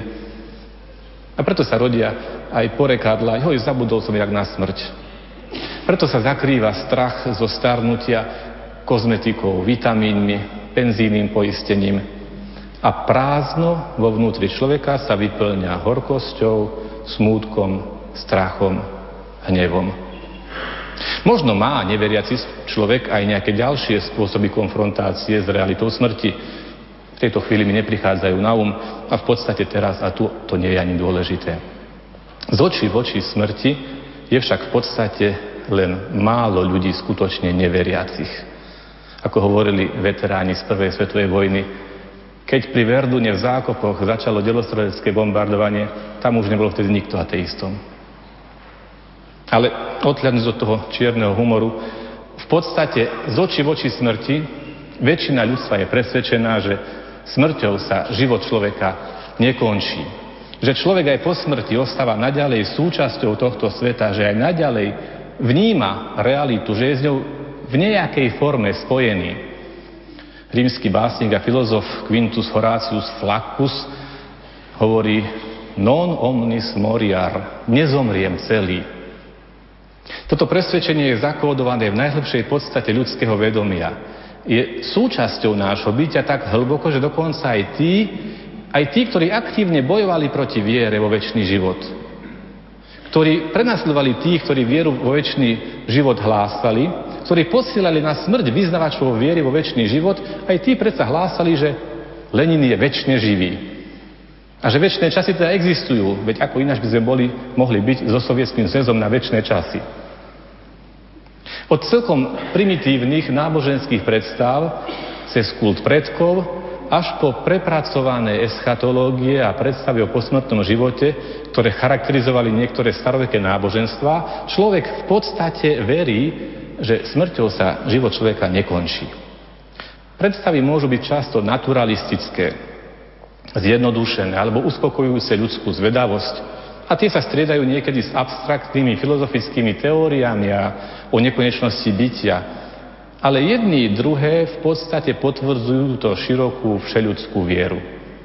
A preto sa rodia aj porekadlá, joj, zabudol som jak na smrť. Preto sa zakrýva strach zo starnutia kozmetikou, vitamínmi, penzijným poistením a prázdno vo vnútri človeka sa vyplňa horkosťou, smútkom, strachom, hnevom. Možno má neveriaci človek aj nejaké ďalšie spôsoby konfrontácie s realitou smrti. V tejto chvíli mi neprichádzajú na um a v podstate teraz a tu to nie je ani dôležité. Z očí v oči smrti je však v podstate len málo ľudí skutočne neveriacich. Ako hovorili veteráni z prvej svetovej vojny, keď pri Verdune v zákopoch začalo delostredecké bombardovanie, tam už nebolo vtedy nikto ateistom. Ale odhľadnúť od toho čierneho humoru, v podstate z očí v oči smrti väčšina ľudstva je presvedčená, že smrťou sa život človeka nekončí. Že človek aj po smrti ostáva naďalej súčasťou tohto sveta, že aj naďalej vníma realitu, že je s ňou v nejakej forme spojený. Rímsky básnik a filozof Quintus Horatius Flaccus hovorí non omnis moriar, nezomriem celý. Toto presvedčenie je zakódované v najhlbšej podstate ľudského vedomia. Je súčasťou nášho bytia tak hlboko, že dokonca aj tí, aj tí, ktorí aktívne bojovali proti viere vo večný život, ktorí prenasledovali tých, ktorí vieru vo večný život hlásali, ktorí posielali na smrť vyznavačov viery vo večný život, aj tí predsa hlásali, že Lenin je večne živý. A že večné časy teda existujú, veď ako ináč by sme boli, mohli byť so Sovietským zväzom na večné časy. Od celkom primitívnych náboženských predstav cez kult predkov až po prepracované eschatológie a predstavy o posmrtnom živote, ktoré charakterizovali niektoré staroveké náboženstvá, človek v podstate verí, že smrťou sa život človeka nekončí. Predstavy môžu byť často naturalistické, zjednodušené alebo uspokojujúce ľudskú zvedavosť a tie sa striedajú niekedy s abstraktnými filozofickými teóriami a o nekonečnosti bytia. Ale jedni i druhé v podstate potvrdzujú túto širokú všeľudskú vieru.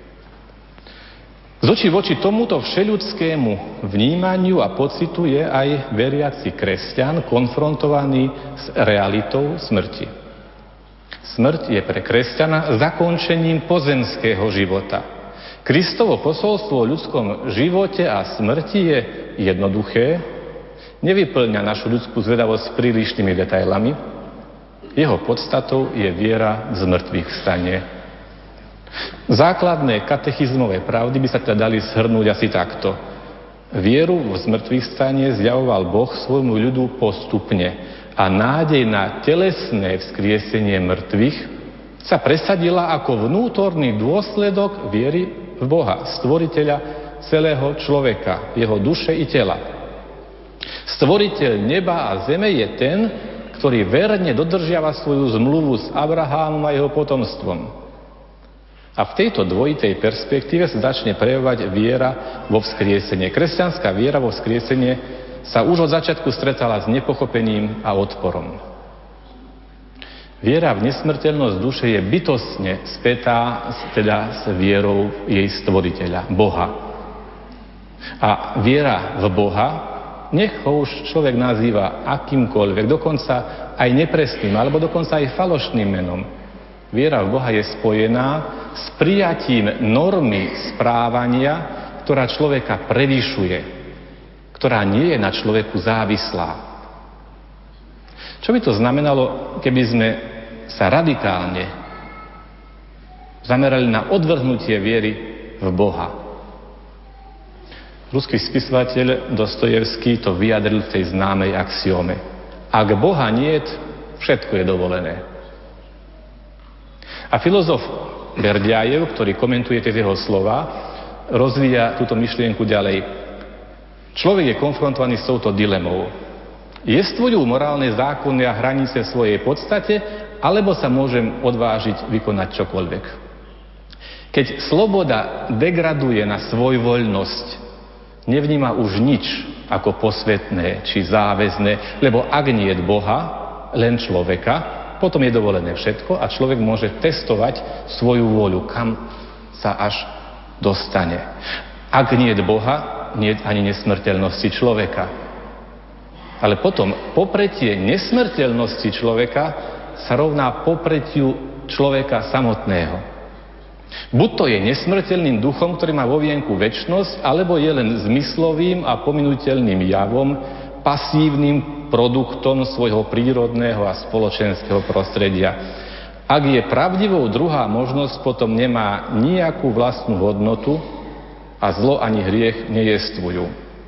Z očí v oči tomuto všeľudskému vnímaniu a pocitu je aj veriaci kresťan konfrontovaný s realitou smrti. Smrť je pre kresťana zakončením pozemského života. Kristovo posolstvo o ľudskom živote a smrti je jednoduché, nevyplňa našu ľudskú zvedavosť prílišnými detailami. Jeho podstatou je viera v zmrtvých vstanie. Základné katechizmové pravdy by sa teda dali shrnúť asi takto. Vieru v zmrtvých vstanie zjavoval Boh svojmu ľudu postupne a nádej na telesné vzkriesenie mŕtvych sa presadila ako vnútorný dôsledok viery v Boha, stvoriteľa celého človeka, jeho duše i tela. Stvoriteľ neba a zeme je ten, ktorý verne dodržiava svoju zmluvu s Abrahámom a jeho potomstvom. A v tejto dvojitej perspektíve sa začne prejavovať viera vo vzkriesenie. Kresťanská viera vo vzkriesenie sa už od začiatku stretala s nepochopením a odporom. Viera v nesmrteľnosť duše je bytostne spätá teda s vierou jej stvoriteľa, Boha. A viera v Boha, nech ho už človek nazýva akýmkoľvek, dokonca aj nepresným, alebo dokonca aj falošným menom. Viera v Boha je spojená s prijatím normy správania, ktorá človeka prevyšuje, ktorá nie je na človeku závislá. Čo by to znamenalo, keby sme sa radikálne zamerali na odvrhnutie viery v Boha? Ruský spisovateľ Dostojevský to vyjadril v tej známej axiome. Ak Boha niet, všetko je dovolené. A filozof Berďajev, ktorý komentuje tie jeho slova, rozvíja túto myšlienku ďalej. Človek je konfrontovaný s touto dilemou. Jestvujú morálne zákony a hranice svojej podstate, alebo sa môžem odvážiť vykonať čokoľvek. Keď sloboda degraduje na svojvoľnosť, nevníma už nič ako posvetné či záväzné, lebo ak nie je Boha, len človeka, potom je dovolené všetko a človek môže testovať svoju vôľu, kam sa až dostane. Ak nie je Boha, nie je ani nesmrteľnosti človeka. Ale potom popretie nesmrteľnosti človeka sa rovná popretiu človeka samotného. Buď to je nesmrteľným duchom, ktorý má vo vienku večnosť, alebo je len zmyslovým a pominuteľným javom, pasívnym produktom svojho prírodného a spoločenského prostredia. Ak je pravdivou druhá možnosť, potom nemá nejakú vlastnú hodnotu a zlo ani hriech nejestvujú.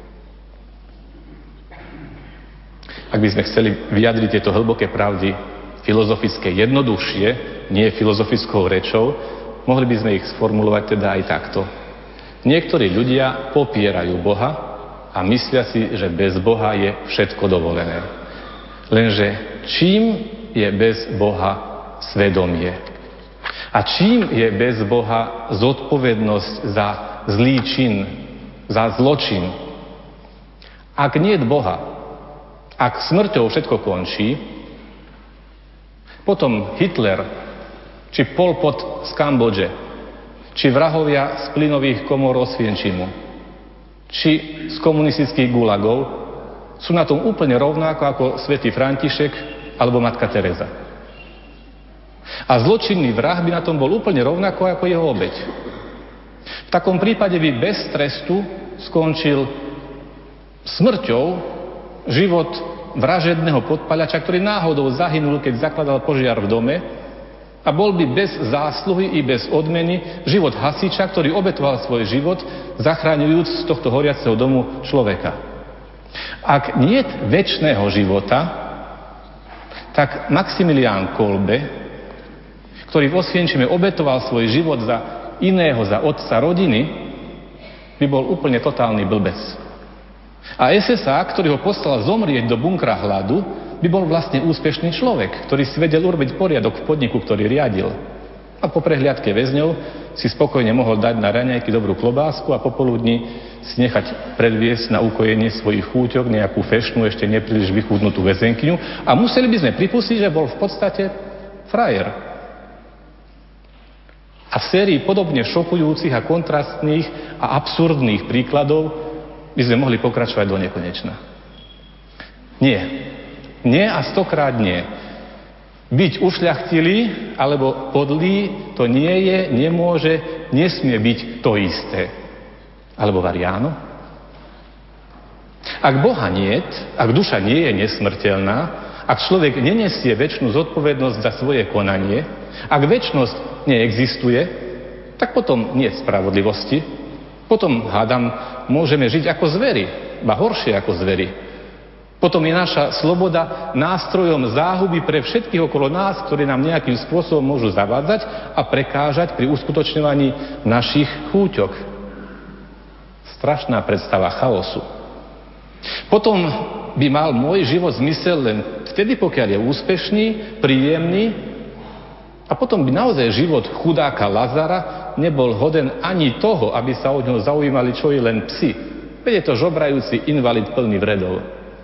Ak by sme chceli vyjadriť tieto hlboké pravdy filozofické jednoduchšie, nie filozofickou rečou, mohli by sme ich sformulovať teda aj takto. Niektorí ľudia popierajú Boha a myslia si, že bez Boha je všetko dovolené. Lenže čím je bez Boha svedomie? A čím je bez Boha zodpovednosť za zlý čin, za zločin? Ak nie je Boha, ak smrťou všetko končí, potom Hitler, či Pol Pot z Kambodže, či vrahovia z plynových komôr Osvienčimu, či z komunistických gulagov, sú na tom úplne rovnako ako svätý František alebo matka Teresa. A zločinný vrah by na tom bol úplne rovnako ako jeho obeť. V takom prípade by bez trestu skončil smrťou život vražedného podpaľača, ktorý náhodou zahynul, keď zakladal požiar v dome, a bol by bez zásluhy i bez odmeny život hasiča, ktorý obetoval svoj život, zachraňujúc z tohto horiaceho domu človeka. Ak niet večného života, tak Maximilián Kolbe, ktorý v Osvienčime obetoval svoj život za iného, za otca rodiny, by bol úplne totálny blbec. A es es á, ktorý ho poslal zomrieť do bunkra hladu, by bol vlastne úspešný človek, ktorý si vedel urobiť poriadok v podniku, ktorý riadil. A po prehliadke väzňov si spokojne mohol dať na raňajky dobrú klobásku a popoludní si nechať predviesť na ukojenie svojich chúťok nejakú fešnú, ešte nepríliš vychudnutú väzenkyňu. A museli by sme pripustiť, že bol v podstate frajer. A v sérii podobne šokujúcich a kontrastných a absurdných príkladov by sme mohli pokračovať do nekonečna. Nie. Nie a stokrát nie. Byť ušľachtilý alebo podlý, to nie je, nemôže, nesmie byť to isté. Alebo variáno? Ak Boha niet, ak duša nie je nesmrteľná, ak človek nenesie večnú zodpovednosť za svoje konanie, ak večnosť neexistuje, tak potom nie je spravodlivosti. Potom, hádam, môžeme žiť ako zveri, ba horšie ako zveri. Potom je naša sloboda nástrojom záhuby pre všetkých okolo nás, ktorí nám nejakým spôsobom môžu zavádzať a prekážať pri uskutočňovaní našich chúťok. Strašná predstava chaosu. Potom by mal môj život zmysel len vtedy, pokiaľ je úspešný, príjemný, a potom by naozaj život chudáka Lazara nebol hoden ani toho, aby sa od neho zaujímali, čo je len psi. Veď je to žobrajúci invalid plný vredov.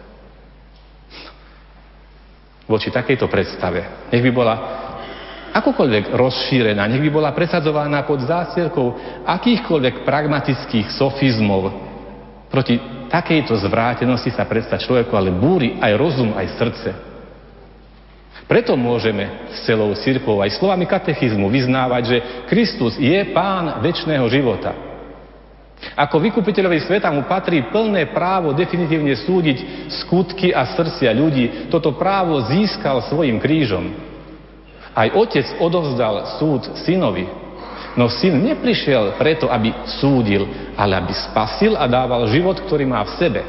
Voči takejto predstave, nech by bola akokoľvek rozšírená, nech by bola presadzovaná pod zásielkou akýchkoľvek pragmatických sofizmov, proti takejto zvrátenosti sa predsa človeku ale búri aj rozum, aj srdce. Preto môžeme s celou cirkvou aj slovami katechizmu vyznávať, že Kristus je Pán večného života. Ako vykupiteľovi sveta mu patrí plné právo definitívne súdiť skutky a srdcia ľudí. Toto právo získal svojim krížom. Aj otec odovzdal súd synovi, no syn neprišiel preto, aby súdil, ale aby spasil a dával život, ktorý má v sebe.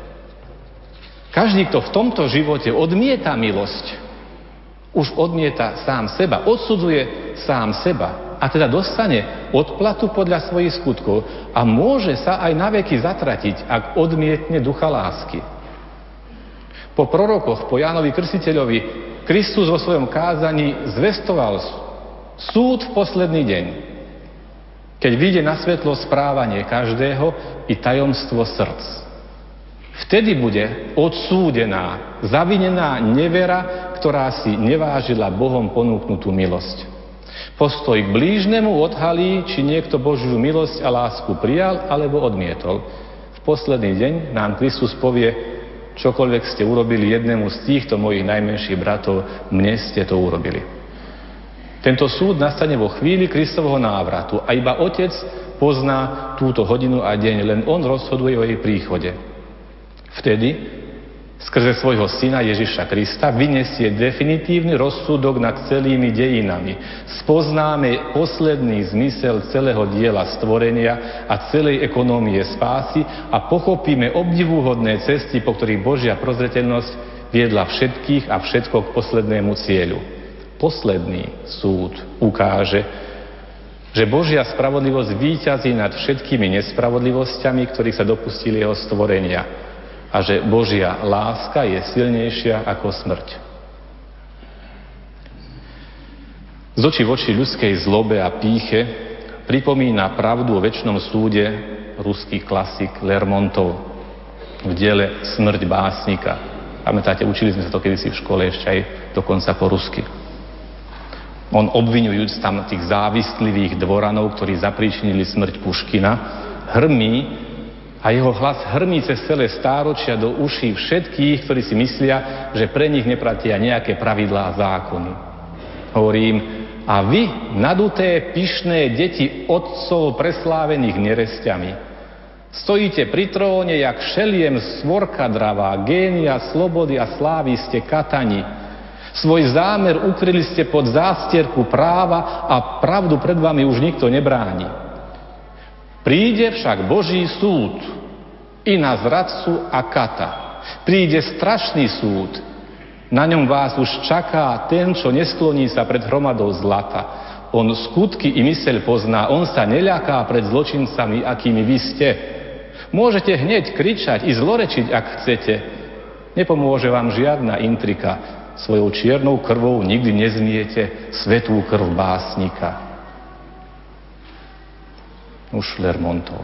Každý, kto v tomto živote odmieta milosť, už odmieta sám seba, odsudzuje sám seba a teda dostane odplatu podľa svojich skutkov a môže sa aj naveky zatratiť, ak odmietne ducha lásky. Po prorokoch, po Jánovi Krstiteľovi, Kristus vo svojom kázaní zvestoval súd v posledný deň, keď vyjde na svetlo správanie každého i tajomstvo srdc. Vtedy bude odsúdená, zavinená nevera, ktorá si nevážila Bohom ponúknutú milosť. Postoj k blížnemu odhalí, či niekto Božiu milosť a lásku prijal alebo odmietol. V posledný deň nám Kristus povie: čokoľvek ste urobili jednému z týchto mojich najmenších bratov, mne ste to urobili. Tento súd nastane vo chvíli Kristovho návratu a iba Otec pozná túto hodinu a deň, len On rozhoduje o jej príchode. Vtedy, skrze svojho syna Ježiša Krista, vyniesie definitívny rozsudok nad celými dejinami. Spoznáme posledný zmysel celého diela stvorenia a celej ekonómie spásy a pochopíme obdivuhodné cesty, po ktorých Božia prozreteľnosť viedla všetkých a všetko k poslednému cieľu. Posledný súd ukáže, že Božia spravodlivosť víťazí nad všetkými nespravodlivosťami, ktorých sa dopustili jeho stvorenia, a že Božia láska je silnejšia ako smrť. Z očí v oči ľudskej zlobe a pýche pripomína pravdu o večnom súde ruský klasik Lermontov v diele Smrť básnika. Pamätáte, učili sme sa to kedysi v škole ešte aj dokonca po rusky. On, obviňujúc tam tých závistlivých dvoranov, ktorí zapríčinili smrť Puškina, hrmí a jeho hlas hrmí cez celé stáročia do uší všetkých, ktorí si myslia, že pre nich neplatia nejaké pravidlá a zákony. Hovorím: a vy, naduté, pyšné deti otcov preslávených neresťami, stojíte pri tróne, jak šeliem svorka dravá, génia, slobody a slávy ste katani. Svoj zámer ukryli ste pod zástierku práva a pravdu pred vami už nikto nebráni. Príde však Boží súd i na zradcu a kata. Príde strašný súd. Na ňom vás už čaká ten, čo neskloní sa pred hromadou zlata. On skutky i myseľ pozná, on sa neľaká pred zločincami, akými vy ste. Môžete hneď kričať i zlorečiť, ak chcete. Nepomôže vám žiadna intrika. Svojou čiernou krvou nikdy nezmiete svätú krv básnika. Už Lermontov.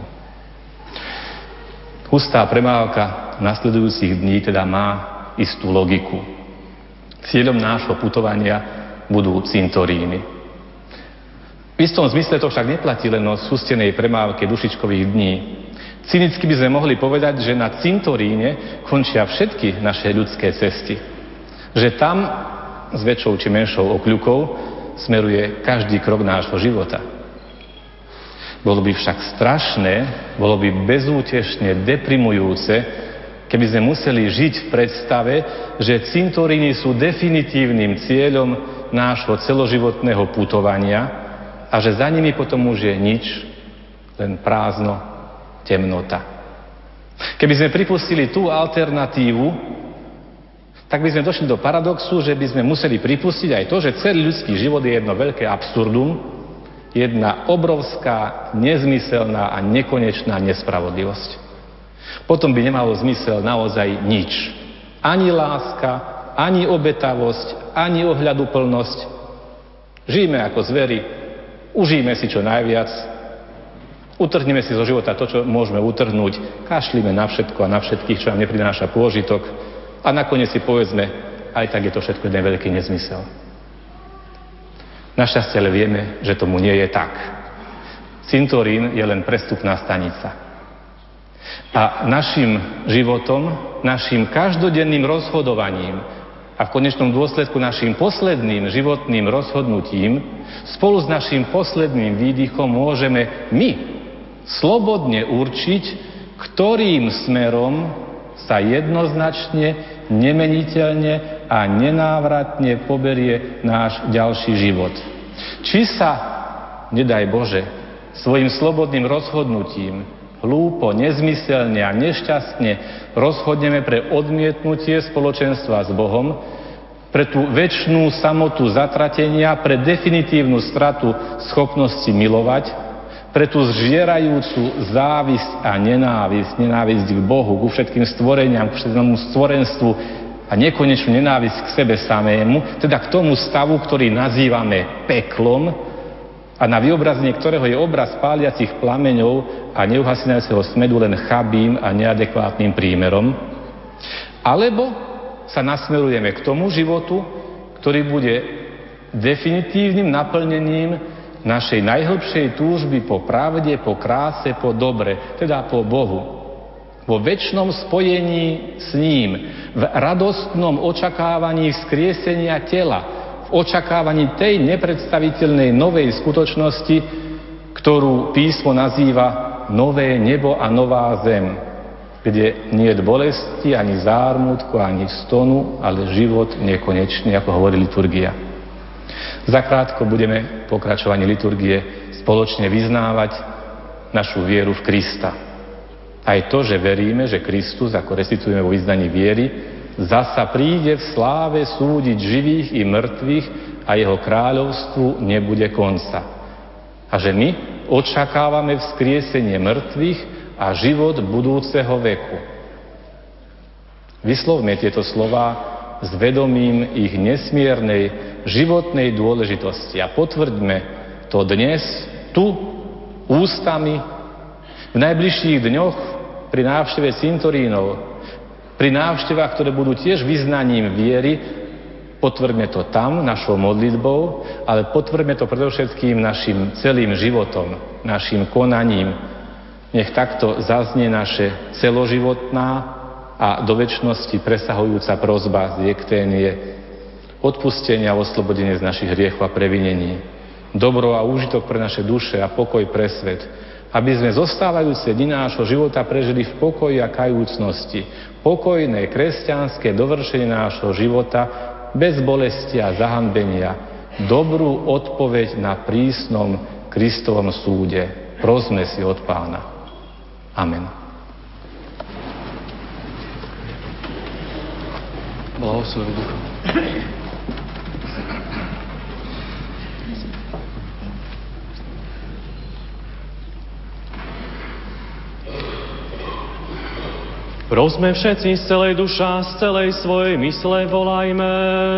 Hustá premávka nasledujúcich dní teda má istú logiku. Cieľom nášho putovania budú cintoríny. V istom zmysle to však neplatí len o sústenej premávke dušičkových dní. Cynicky by sme mohli povedať, že na cintoríne končia všetky naše ľudské cesty. Že tam s väčšou či menšou okľukou smeruje každý krok nášho života. Bolo by však strašné, bolo by bezútešne deprimujúce, keby sme museli žiť v predstave, že cintoríny sú definitívnym cieľom nášho celoživotného putovania a že za nimi potom už je nič, len prázdno, temnota. Keby sme pripustili tú alternatívu, tak by sme došli do paradoxu, že by sme museli pripustiť aj to, že celý ľudský život je jedno veľké absurdum, jedna obrovská, nezmyselná a nekonečná nespravodlivosť. Potom by nemalo zmysel naozaj nič. Ani láska, ani obetavosť, ani ohľaduplnosť. Žijeme ako zveri, užijme si čo najviac, utrhneme si zo života to, čo môžeme utrhnúť, kašlíme na všetko a na všetkých, čo nám neprináša pôžitok a nakoniec si povedzme, aj tak je to všetko jeden veľký nezmysel. Našťastie ale vieme, že tomu nie je tak. Cintorín je len prestupná stanica. A našim životom, našim každodenným rozhodovaním a v konečnom dôsledku našim posledným životným rozhodnutím spolu s našim posledným výdychom môžeme my slobodne určiť, ktorým smerom sa jednoznačne, nemeniteľne a nenávratne poberie náš ďalší život. Či sa, nedaj Bože, svojim slobodným rozhodnutím hlúpo, nezmyselne a nešťastne rozhodneme pre odmietnutie spoločenstva s Bohom, pre tú večnú samotu zatratenia, pre definitívnu stratu schopnosti milovať, pre tú zžierajúcu závisť a nenávisť, nenávisť k Bohu, ku všetkým stvoreniam, ku všetkému stvorenstvu a nekonečnú nenávisť k sebe samému, teda k tomu stavu, ktorý nazývame peklom a na vyobrazenie ktorého je obraz páliacich plameňov a neuhasínajúceho smedu len chabým a neadekvátnym prímerom. Alebo sa nasmerujeme k tomu životu, ktorý bude definitívnym naplnením našej najhlbšej túžby po pravde, po kráse, po dobre, teda po Bohu. Vo večnom spojení s ním, v radostnom očakávaní vzkriesenia tela, v očakávaní tej nepredstaviteľnej novej skutočnosti, ktorú písmo nazýva nové nebo a nová zem, kde nie je bolesti, ani zármutku, ani stonu, ale život nekonečný, ako hovorí liturgia. Zakrátko budeme v pokračovaní liturgie spoločne vyznávať našu vieru v Krista. Aj to, že veríme, že Kristus, ako recitujeme vo vyznaní viery, zasa príde v sláve súdiť živých i mŕtvych a jeho kráľovstvu nebude konca. A že my očakávame vzkriesenie mŕtvych a život budúceho veku. Vyslovme tieto slová s vedomím ich nesmiernej životnej dôležitosti a potvrďme to dnes, tu, ústami, v najbližších dňoch pri návšteve cintorínov, pri návštevách, ktoré budú tiež vyznaním viery, potvrďme to tam našou modlitbou, ale potvrďme to predovšetkým našim celým životom, našim konaním. Nech takto zaznie naše celoživotná a do večnosti presahujúca prosba z Jekténie, odpustenia a oslobodenie z našich hriechov a previnení, dobro a úžitok pre naše duše a pokoj pre svet, aby sme zostávajúce dni nášho života prežili v pokoji a kajúcnosti, pokojné kresťanské dovršenie nášho života bez bolesti a zahanbenia, dobrú odpoveď na prísnom Kristovom súde. Prosme si od Pána. Amen. Blahoslovi Ducha. Prosme všetci z celej duša, z celej svojej mysle volajme.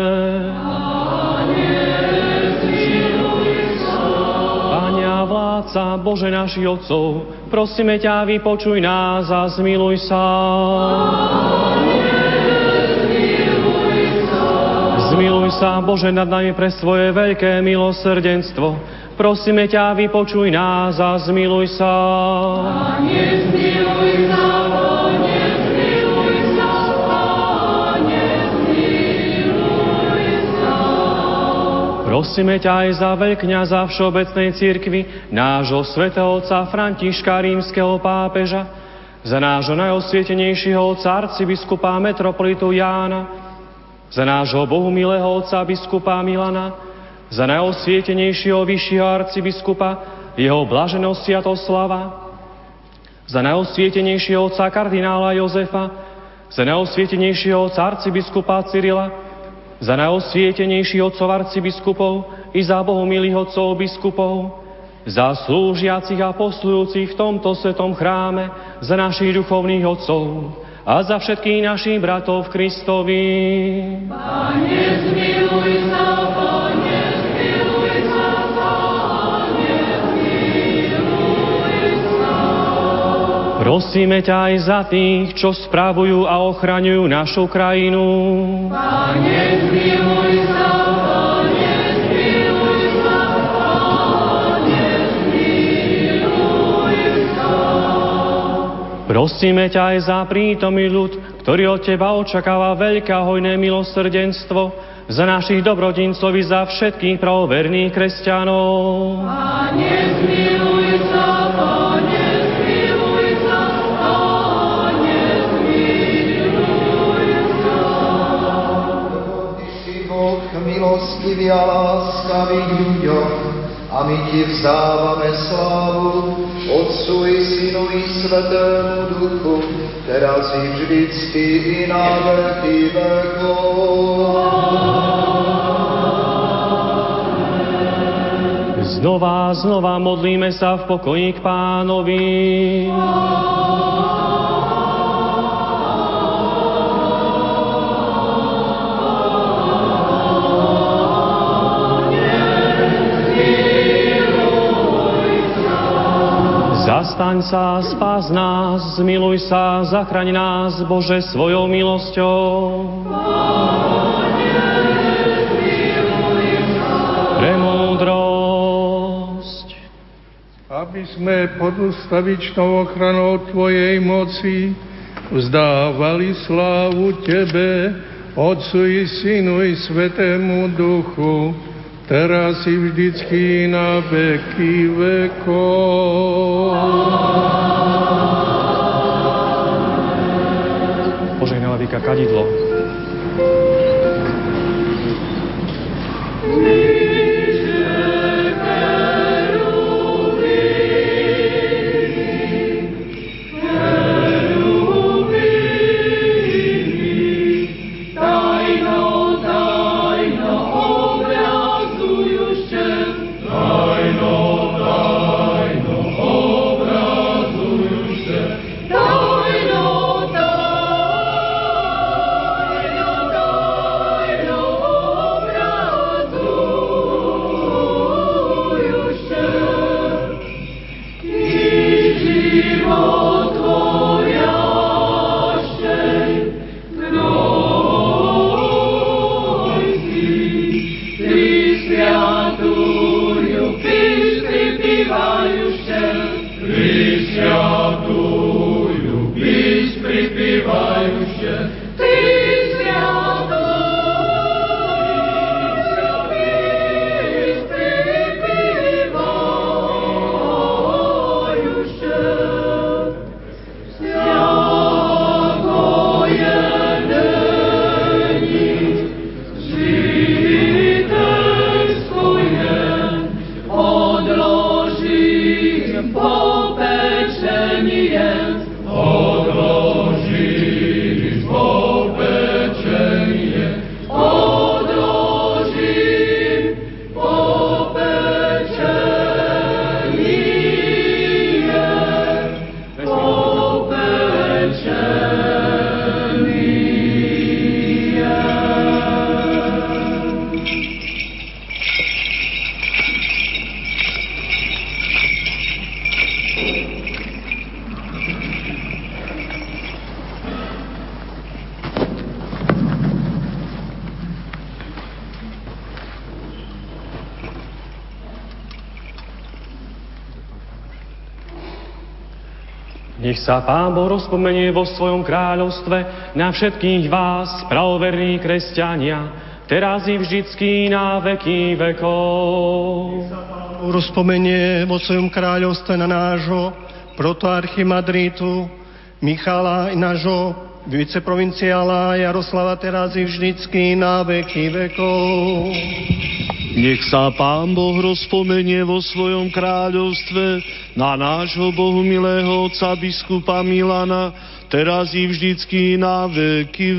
Pane a vládca, Bože našich otcov, prosíme ťa, vypočuj nás a zmiluj sa. Zmiluj sa, Bože, nad nami pre svoje veľké milosrdenstvo. Prosíme ťa, vypočuj nás a zmiluj sa. Pane, zmiluj sa, Pane, zmiluj sa, Pane, zmiluj sa. Prosíme ťa aj za veľkňaza Všeobecnej cirkvi, nášho svätého otca Františka rímskeho pápeža, za nášho najosvietenejšieho otca arcibiskupa metropolitu Jána, za nášho bohumilého otca biskupa Milana, za najosvietenejšieho vyššieho arcibiskupa, jeho blaženosť Sviatoslava, za najosvietenejšieho otca kardinála Jozefa, za najosvietenejšieho otca arcibiskupa Cyrila, za najosvietenejších otcov arcibiskupov i za bohumilých otcov biskupov, za slúžiacich a poslujúcich v tomto svetom chráme, za našich duchovných otcov a za všetkých našich bratov v Kristovi. Pane, zmiluj sa, Pane, zmiluj sa, Pane, zmiluj sa. Prosíme ťa aj za tých, čo spravujú a ochraňujú našu krajinu. Pane, zmiluj sa, Pane, zmiluj sa, Pane, zmiluj sa. Prosíme ťa aj za prítomný ľud, ktorý od teba očakáva veľké a hojné milosrdenstvo, za našich dobrodincov i za všetkých pravoverných kresťanov. Pane, zmiluj sa, Pane, zmiluj sa, Pane, zmiluj sa. Ty si Boh milostivý a láskavý k ľuďom, a my ti vzdávame slávu, Otcu i Synu i Svätému Duchu, teraz i vždycky i na veky vekov. Znova, znova modlíme sa v pokoji k Pánovi. Zastaň sa, spás nás, zmiluj sa, zachraň nás, Bože, svojou milosťou. Premúdrosť. Aby sme pod ustavičnou ochranou Tvojej moci vzdávali slávu Tebe, Otcu i Synu i Svätému Duchu, teraz i vždycky na veky vekov. Požehnala Vika kadidlo. Nech sa Pán Boh rozpomenie vo svojom kráľovstve na všetkých vás, pravoverní kresťania, teraz i vždycky na veky vekov. Nech sa Pán Boh rozpomenie vo svojom kráľovstve na nášho protoarchimadritu Michala i nášho viceprovinciála Jaroslava, teraz i vždycky na veky vekov. Nech sa Pán Boh rozpomenie vo svojom kráľovstve na nášho Bohu milého otca biskupa Milana, teraz i vždycky na veky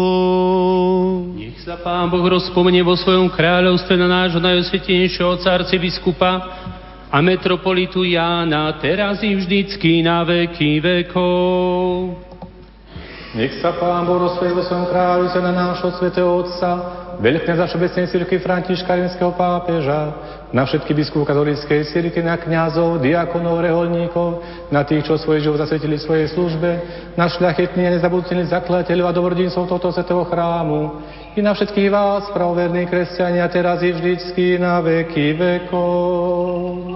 vekov. Nech sa Pán Boh rozpomenie vo svojom kráľovstve na nášho najosvetnejšieho otca arcibiskupa a metropolitu Jána, teraz i vždycky na veky vekov. Nech sa Pán Boh rozsveje vo svojom kráľovstve na nášho svätého Otca, veľkňaza Všeobecnej cirkvi Františka rímskeho pápeža, na všetky biskupov katolíckej cirkvi, na kňazov, diakonov, reholníkov, na tých, čo svoj život zasvetili svojej službe, na šľachetných a nezabudnutelných zakladateľov a dobrodincov tohto svätého chrámu, i na všetkých vás, pravoverní kresťania, teraz i vždycky na veky vekov.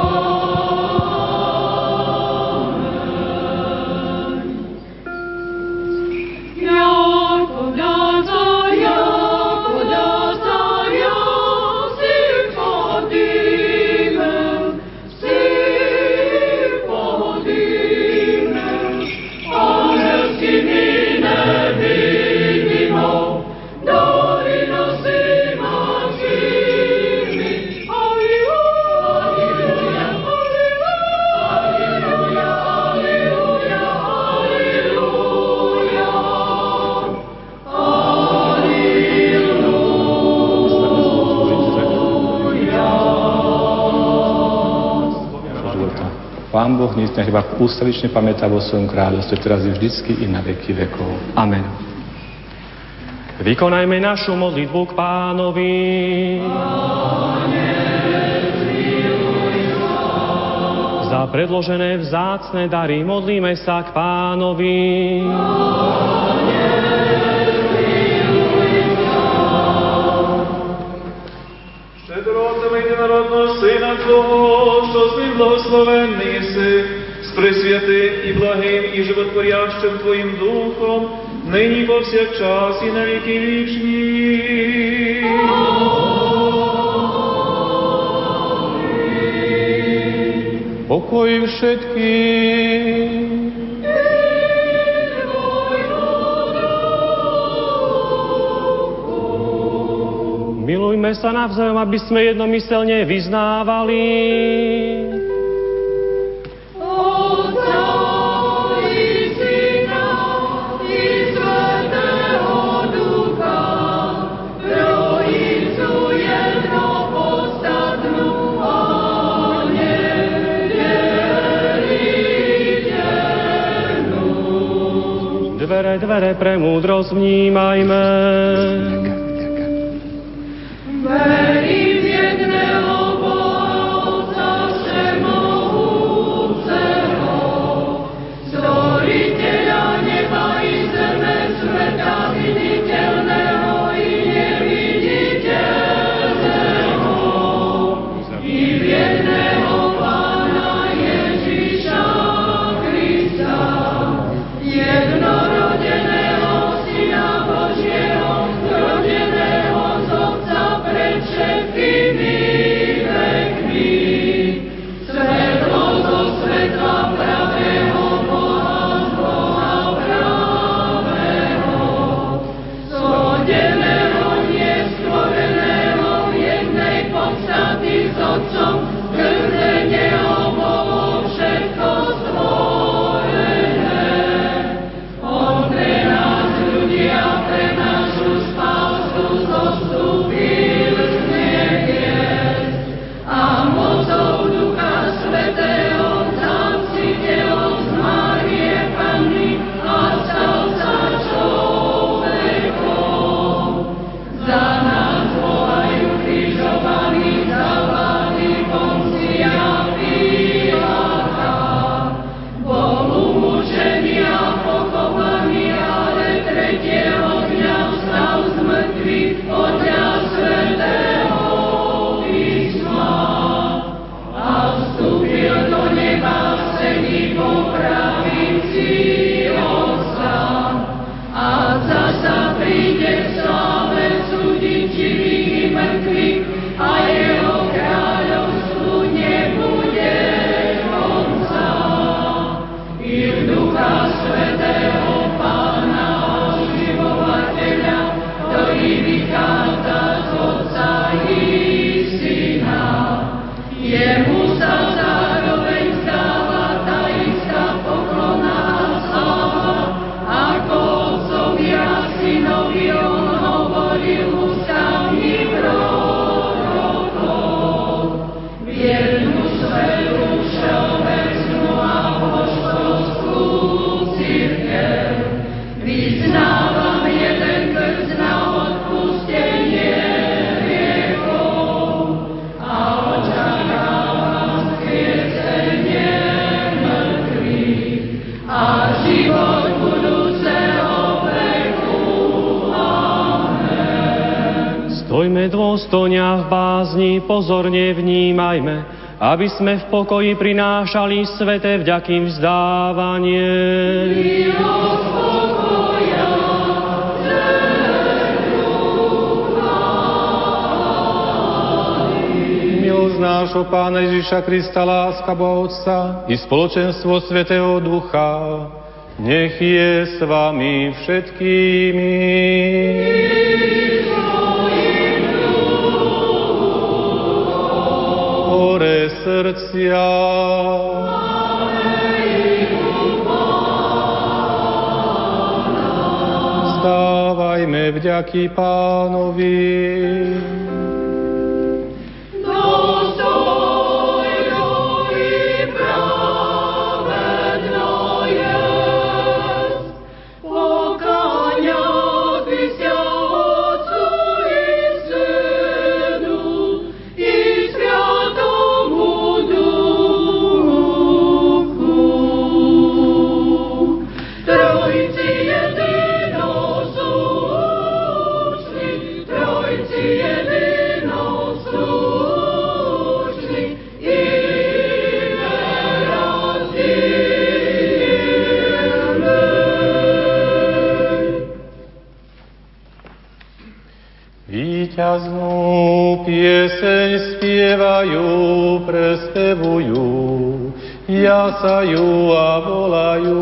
Pán Boh nech iba ústavične pamätá vo svojom kráľovstve, teraz je vždycky i na veky vekov. Amen. Vykonajme našu modlitbu k Pánovi. Za predložené vzácne dary modlíme sa k Pánovi. Syna Tvojho, što si blahoslovený si, s presviatým i blahým i životvorящим Tvojim duchom, nyní po však čas i na věky věčný. Pokoj všetkým. Milujme sa navzájom, aby sme jednomyselne vyznávali. Otca i Syna i Svätého Ducha, Trojicu jednopodstatnú a nedeliteľnú. Dvere, dvere pre múdrosť vnímajme. Verím v jedného Boha všemohúceho, stvoriteľa neba i zeme, sveta viditeľného i neviditeľného, i v jedného Pána Ježiša Krista, jednorodeného Syna Božieho, Stojme dôstojne a v bázni, pozorne vnímajme, aby sme v pokoji prinášali sveté vďaky vzdávanie. Milosť nášho Pána Ježiša Krista, láska Boha Otca i spoločenstvo Svätého Ducha, nech je s vami všetkými. Hore srdcia. Vzdávajme vďaky Pánovi. Víťaznú pieseň spievajú, prespevujú, jasajú a volajú.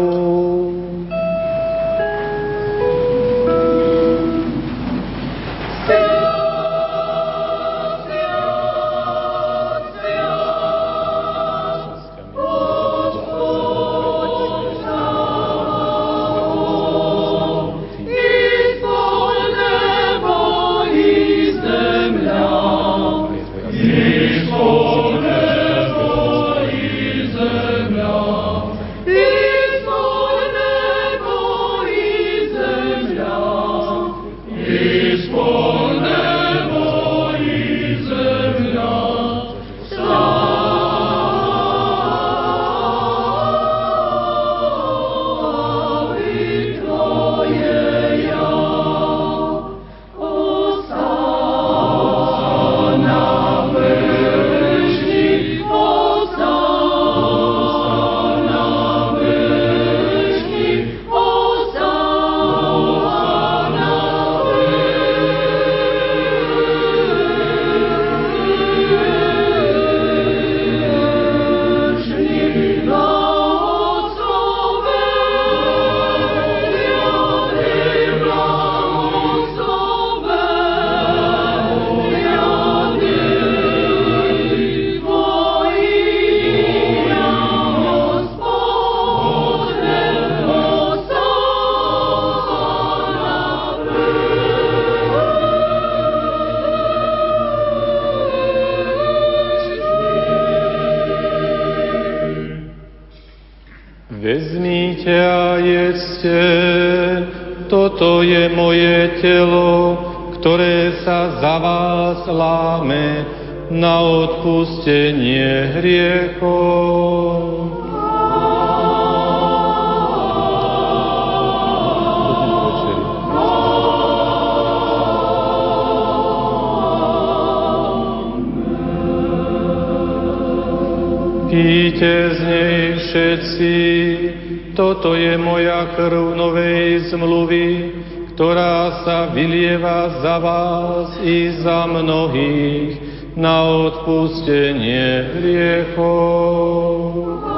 Vezmite a jedzte, toto je moje telo, ktoré sa za vás láme na odpustenie hriechov. Píte z nej všetci, toto je moja krv novej zmluvy, ktorá sa vylieva za vás i za mnohých na odpustenie hriechov.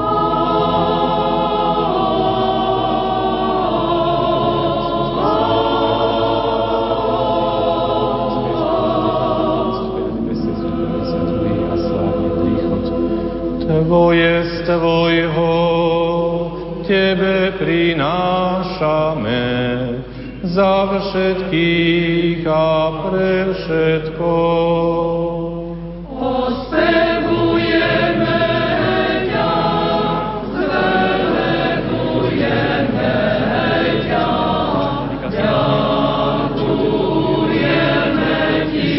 Tvoje z tvojho Tebe prinášame za všetkých a pre všetko. Ospevujeme ťa, zvelebujeme ťa, ďakujeme ti,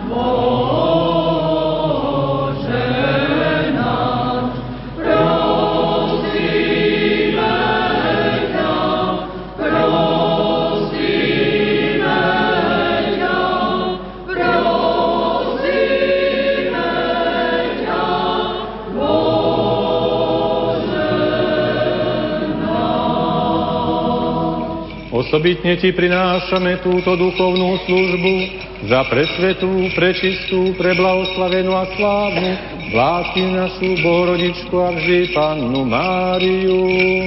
Bože náš, Osobitne ti prinášame túto duchovnú službu za presvetú, prečistú, preblahoslavenú a slávnu vládky našu Bohorodičku a vždy Pannu Máriu.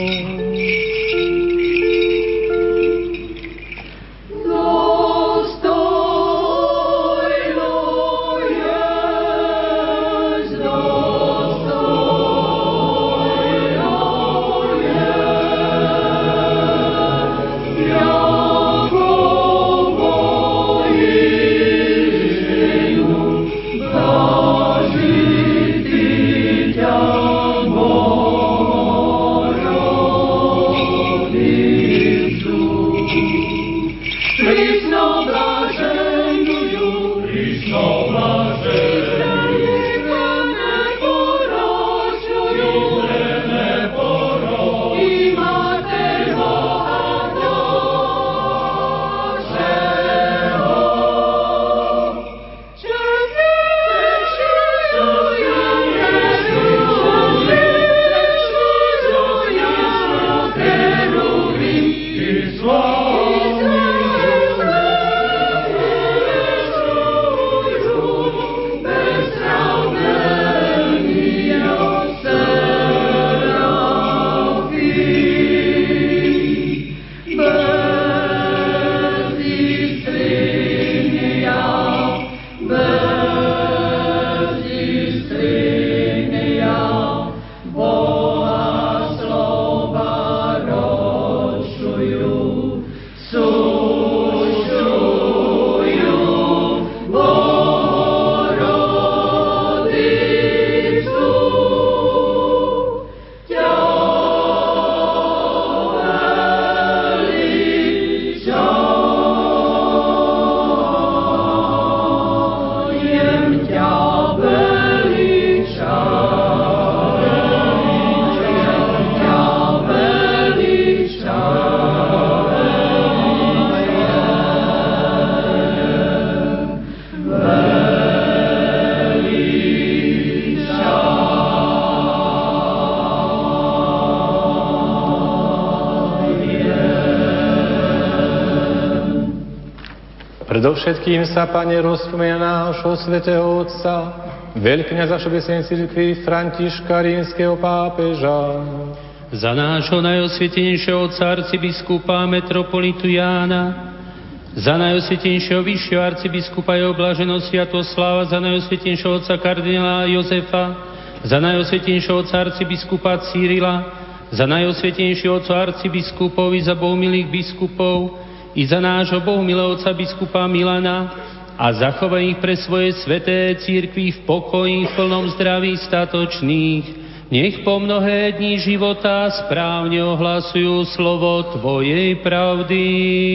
Predovšetkým sa, Pane, rozpomína nášho svätého Otca, veľkňaza Všeobecnej cirkvi Františka rímskeho pápeža. Za nášho najosvietenejšieho otca arcibiskupa metropolitu Jána, za najosvietenejšieho vyššieho arcibiskupa jeho blaženosť Sviatoslava, za najosvietenejšieho otca kardinála Jozefa, za najosvietenejšieho otca arcibiskupa Cyrila, za najosvietenejšieho otca arcibiskupovi, za bohumilých biskupov i za nášho bohumilého otca biskupa Milana a zachovaj ich pre svoje sväté cirkvi v pokoji, v plnom zdraví statočných. Nech po mnohé dní života správne ohlasujú slovo Tvojej pravdy.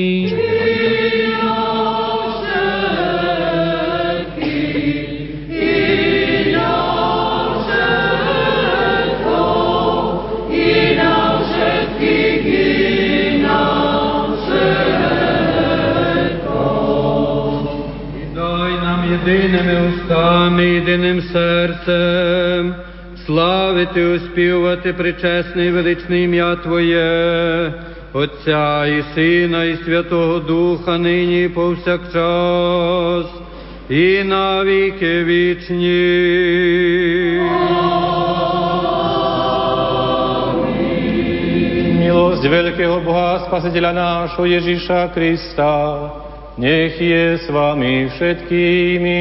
Jedinými устами, єдиним серцем, славити, оспівувати причесне і величне ім'я Твоє, Отця і Сина і Святого Духа, нині і повсякчас, і на віки вічні. Milosť veľkého Boha, Spasiteľa nášho Ježiša Krista, nech je s vami všetkými.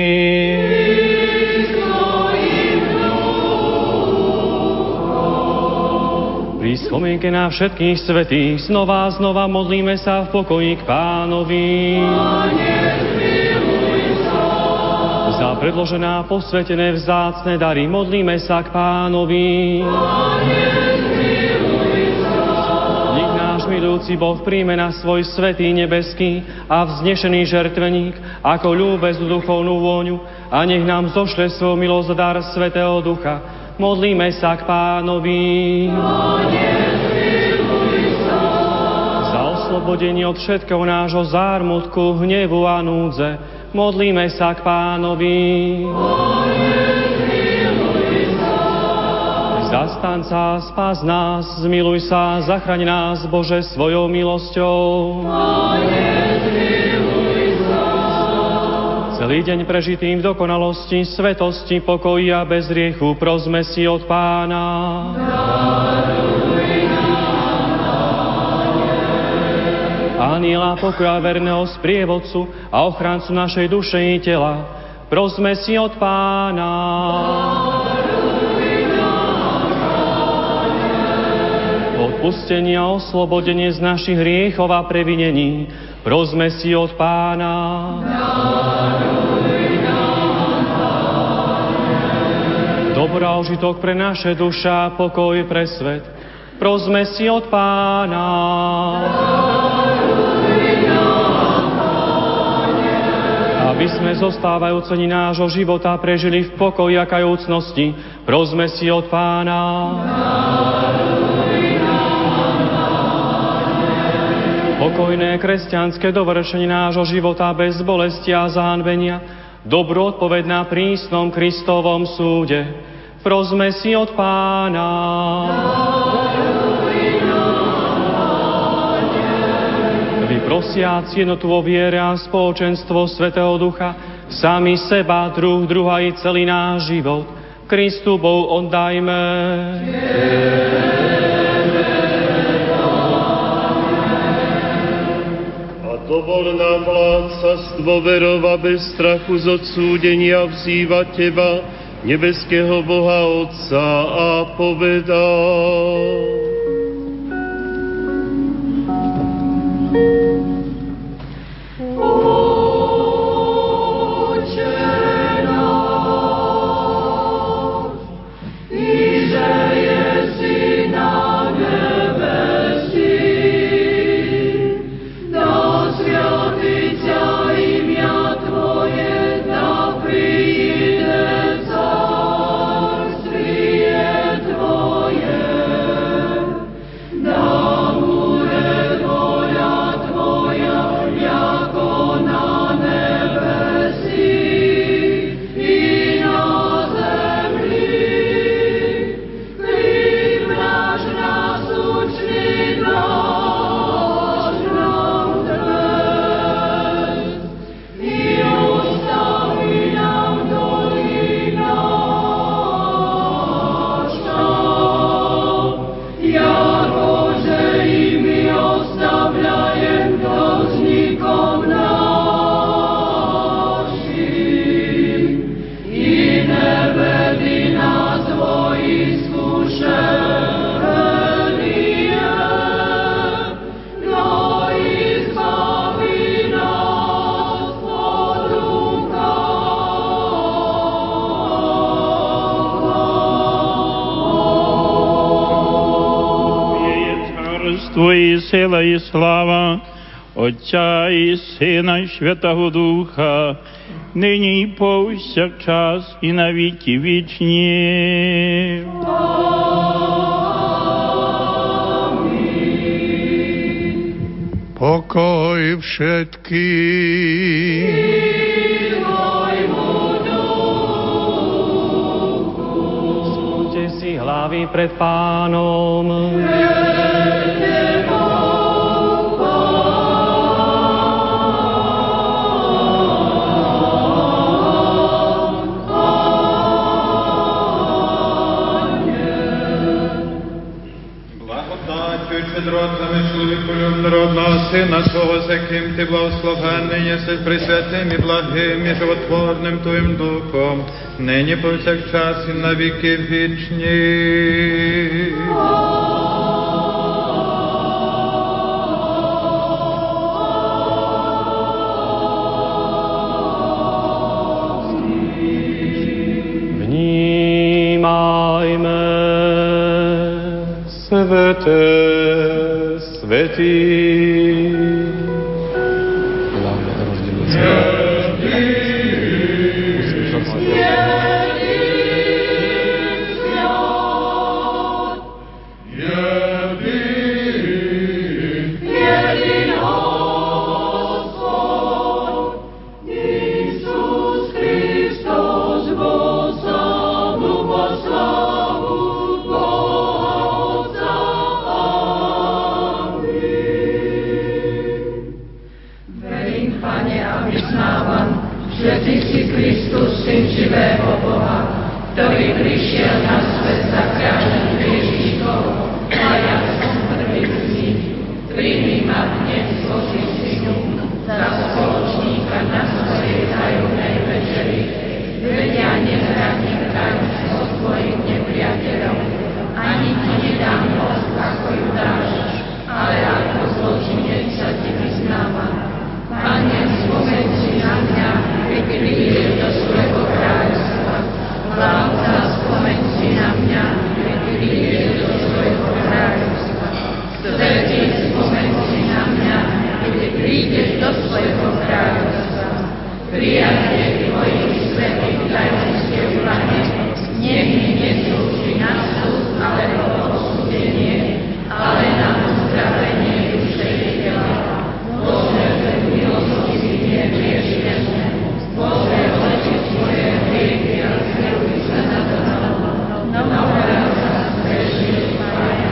Pri spomienke na všetkých svätých znova a znova modlíme sa v pokoji k Pánovi. Za predložené a posvätené vzácne dary modlíme sa k Pánovi. Milujúci Boh príjme na svoj svätý nebeský a vznešený žertveník ako ľúbezú duchovnú vôňu a nech nám zošle svoj milosť dar Svätého Ducha. Modlíme sa k Pánovi. Za oslobodenie od všetkého nášho zármutku, hnevu a núdze. Modlíme sa k Pánovi. Za Zastanca, spás nás, zmiluj sa, zachraň nás, Bože, svojou milosťou. Pane, zmiluj sa. Celý deň prežitým v dokonalosti, svetosti, pokoji a bez hriechu prosme si od Pána. Daruj nám, Aniela pokoja verného sprievodcu a ochrancu našej duše i tela, prosme si od Pána. Odpustenie a oslobodenie z našich hriechov a previnení, prosme si od Pána. Dobrá užitok pre naše duša, pokoj pre svet, prosme si od Pána. Aby sme zostávajúce dni nášho života prežili v pokoji a kajúcnosti, prosme si od Pána. Pokojné kresťanské dovršenie nášho života bez bolesti a zahanbenia, dobrú odpoveď na prísnom Kristovom súde, prosme si od Pána. Vyprosiac jednotu vo viere a spoločenstvo Svätého Ducha, sami seba, druh, druha i celý náš život Kristu Bohu oddajme. Dovol nám, láca, s dôverou a bez strachu z odsúdenia vzývať Teba, nebeského Boha Otca, a povedal: Твої сила і слава, Отця і Сина і Святого Духа, нині і повсякчас і на віки вічні. Покой všetkým. Skúte si hlavy pred Pánom. Щедротами чоловіколюб народного Сина Твого, з яким Ти благословенний єси пресвятим і благим і животворним Твоїм Духом, нині повсякчас і на віки вічні. Vnímajme Svete Svetý. Hlavne rozdielne sa. Christos, Bosa, Bosa, Bosa, Tým, Pane, a vyznávam, že Ty si Kristus, Syn živého Boha, ktorý prišiel na svet zachrániť hriešnikov, a ja som prvý z nich. Príjmi ma dnes, Boží Synu, za spoločníka na svojej tajomnej večeri, veď ja nezraním tajomstvo Tvojich nepriateľov, ani Ti nedám moc, ako ju dáš, ale ako zločinec sa Ti vyznávam. Pane, spomeň si na mňa, keď prídeš do svojho kráľovstva. Vládca, spomeň si na mňa, keď prídeš do svojho kráľovstva. Svätý, spomeň si na mňa, keď prídeš do svojho kráľovstva. Prijatie Tvojich svätých tajomstiev, Pane, nech mi neslúži na súd alebo osúdenie, ale na uzdravenie duše i tela. Bože, milostivý nehriešnemu, Bože, oči Tvoje hriechy a zmiluj sa nado mnou, navrát sa zhrešil Pána.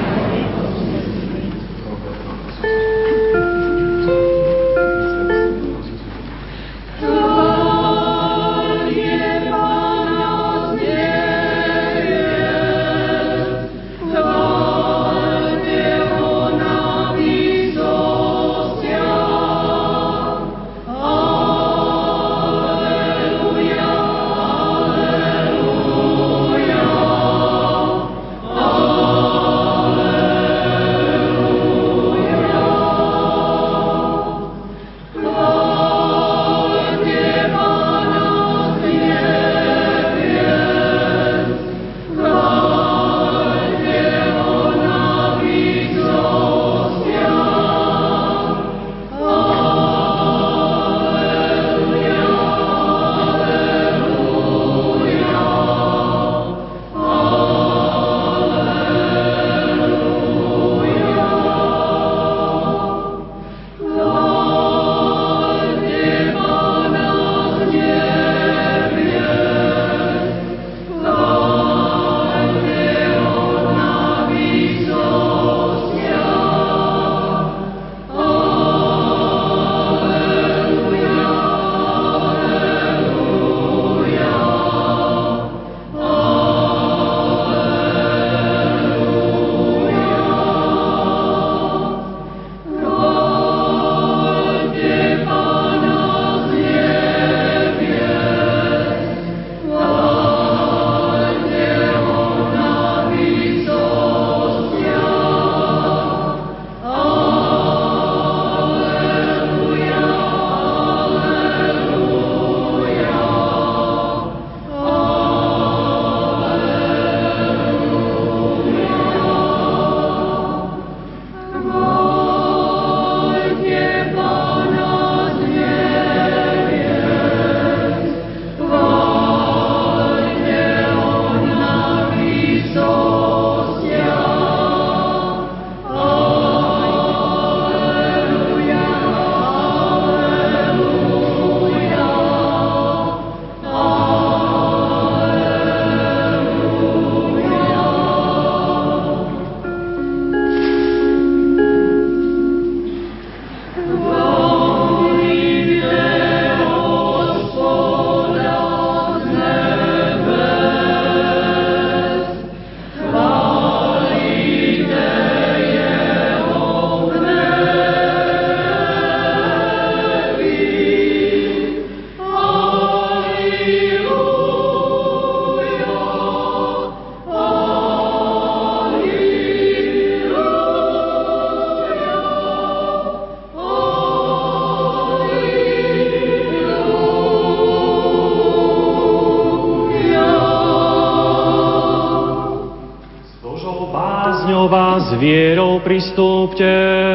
s vierou pristúpte.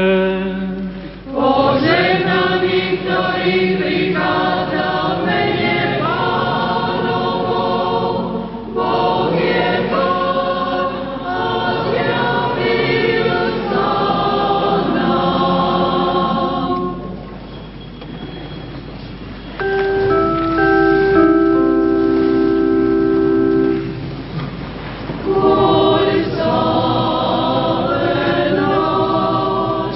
Požehnaný, ktorý prichádza v mene Pánovom, Boh je Pán a zjavil sa nám. Koľ sa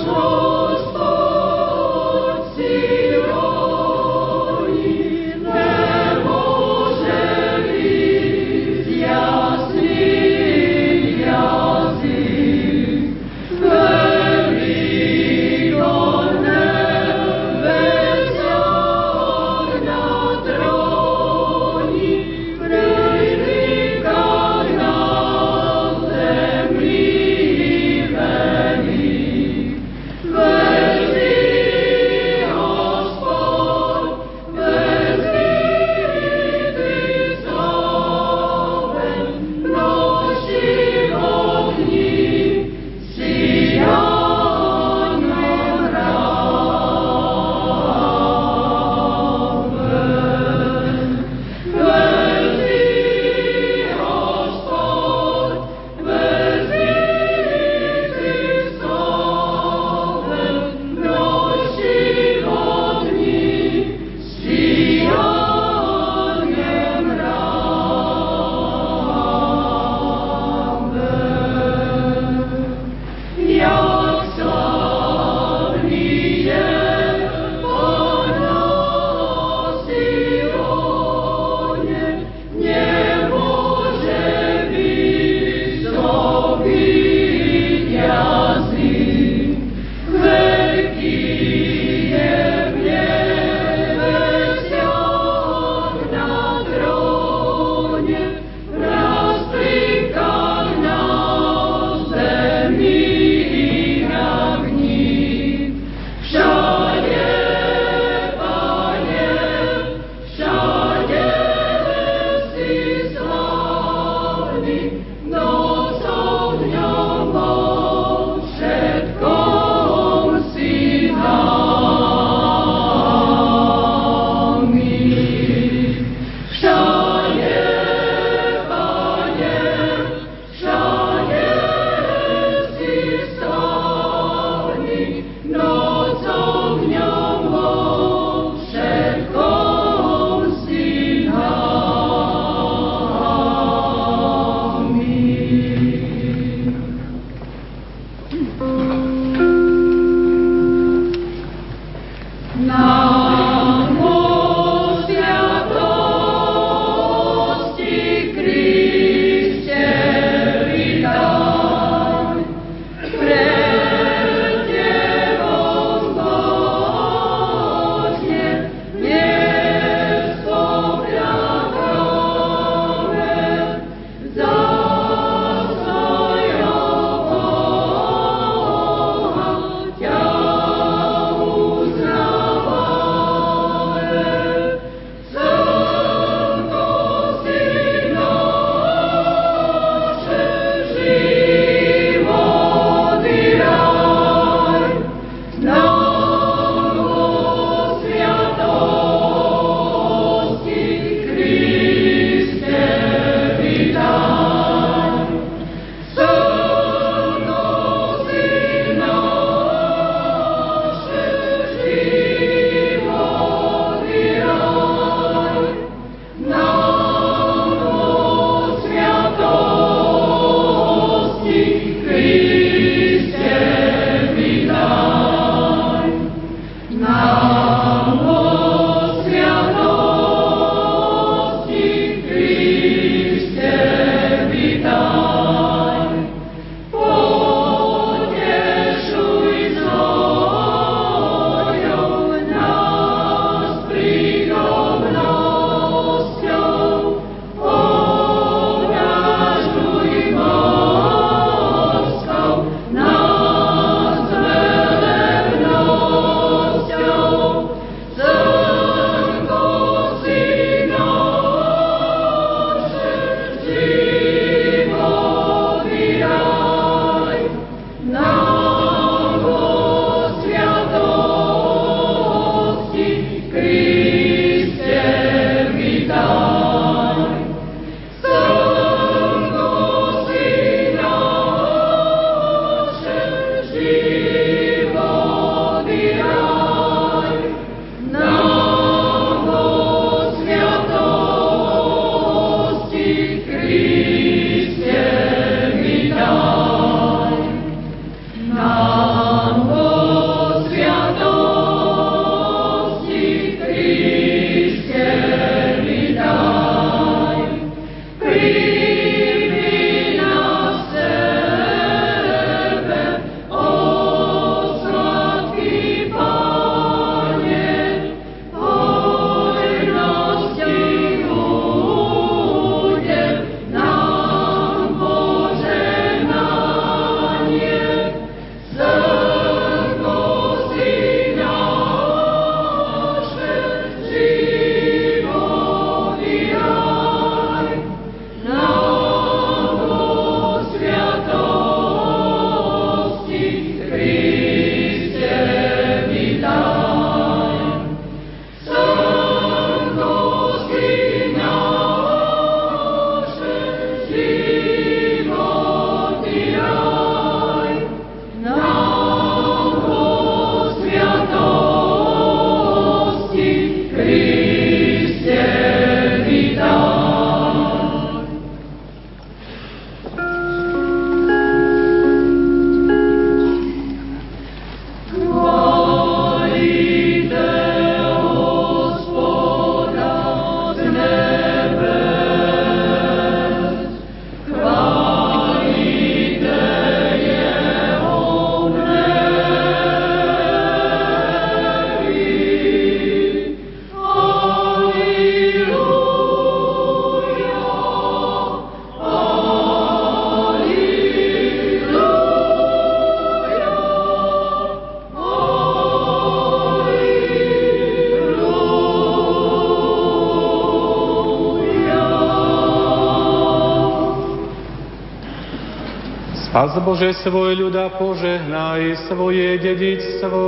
Spás Bože svoj ľud a požehnaj svoje dedičstvo.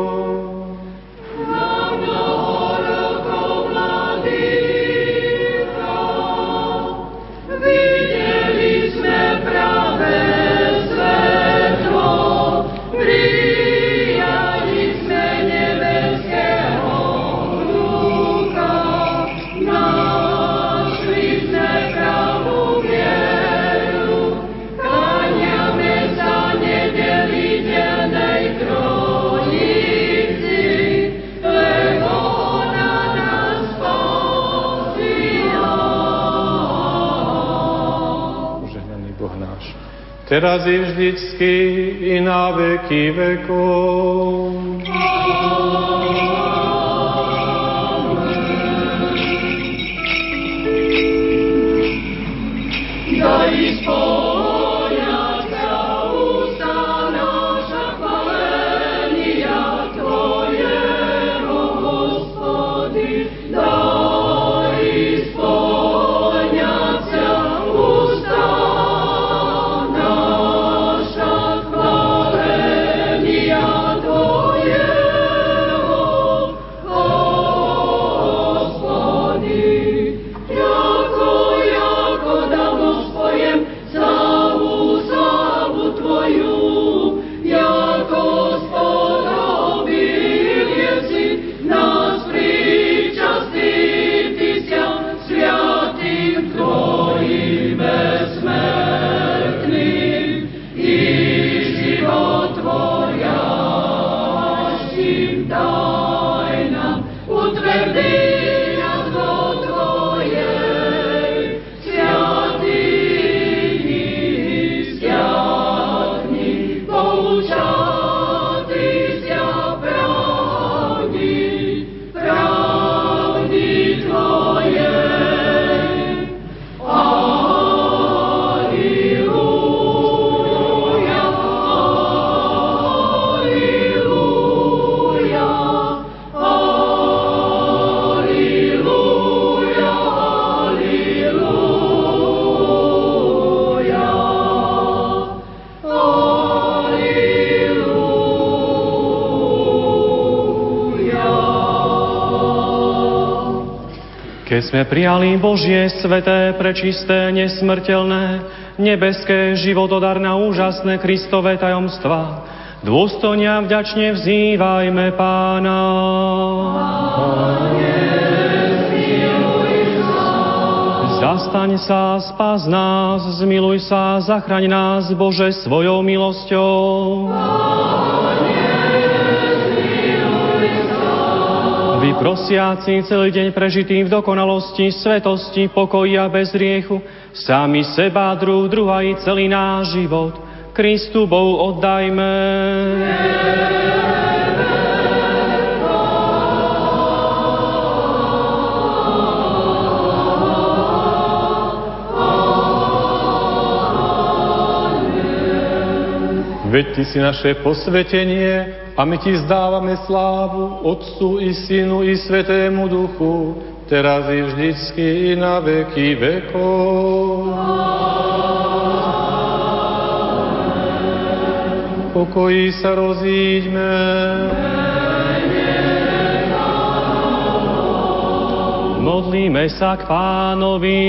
teraz i vždycky i na veky vekov. Daj spoňať ústa naša chválenia Tvojeho, Hospody. Daj spoňať ústa naša chválenia Tvojeho, Hospody. Jako, jako dávno spojem slavu, slavu Tvoju, jako spodobil si nás príčastný Keď sme prijali Božie, sveté, prečisté, nesmrteľné, nebeské, životodarné, úžasné Kristové tajomstvá, dôstojne a vďačne vzývajme Pána. Pane, zmiluj sa. Zastaň sa, spás nás, zmiluj sa, zachraň nás, Bože, svojou milosťou. Vy prosiaci, celý deň prežitý v dokonalosti, svetosti, pokoji a bez riechu, sami seba, druh, druha i celý náš život Kristu Bohu oddajme. Veď Ty si naše posvetenie a my Ti vzdávame slávu Otcu i Synu i Svätému Duchu, teraz i vždycky i na veky vekov. Pokoji sa rozíďme. Modlíme sa k Pánovi.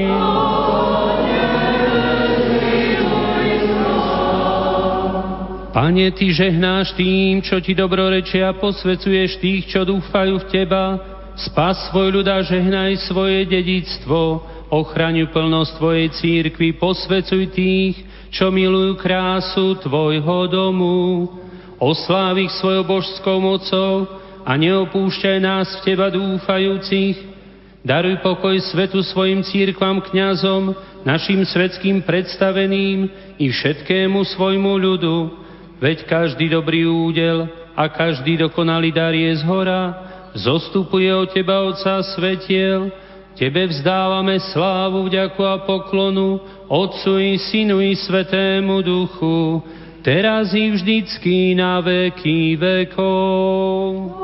Pane, Ty žehnáš tým, čo Ti dobrorečia, posvecuješ tých, čo dúfajú v Teba. Spas svoj ľud a žehnaj svoje dedičstvo. Ochraňuj plnosť Tvojej cirkvi, posvecuj tých, čo milujú krásu Tvojho domu. Osláv ich svojou božskou mocou a neopúšťaj nás v Teba dúfajúcich. Daruj pokoj svetu svojim cirkvám, kňazom, našim svetským predstaveným i všetkému svojmu ľudu. Veď každý dobrý údel a každý dokonalý dar je zhora, zostupuje od Teba, Otca svetiel. Tebe vzdávame slávu, vďaku a poklonu, Otcu i Synu i Svätému Duchu, teraz i vždycky na veky vekov.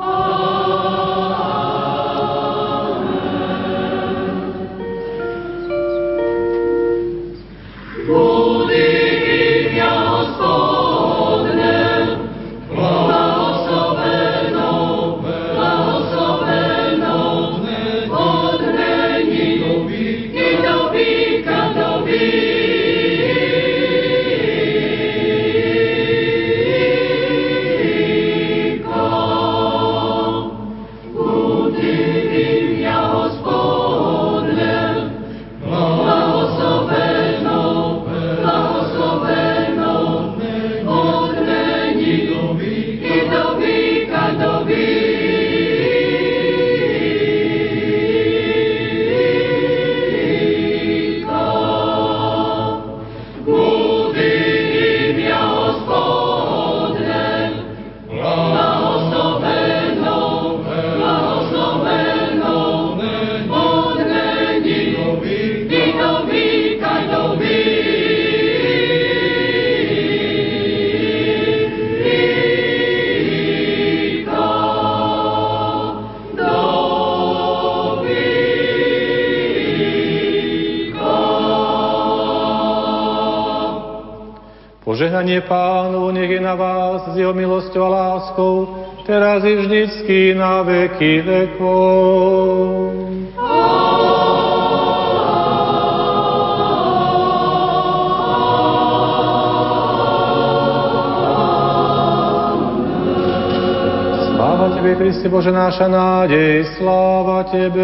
Požehnanie Pánovo nech je na vás s jeho milosťou a láskou, teraz i vždycky na veky vekov. Sláva Tebe, Kriste Bože, naša nádej, sláva Tebe.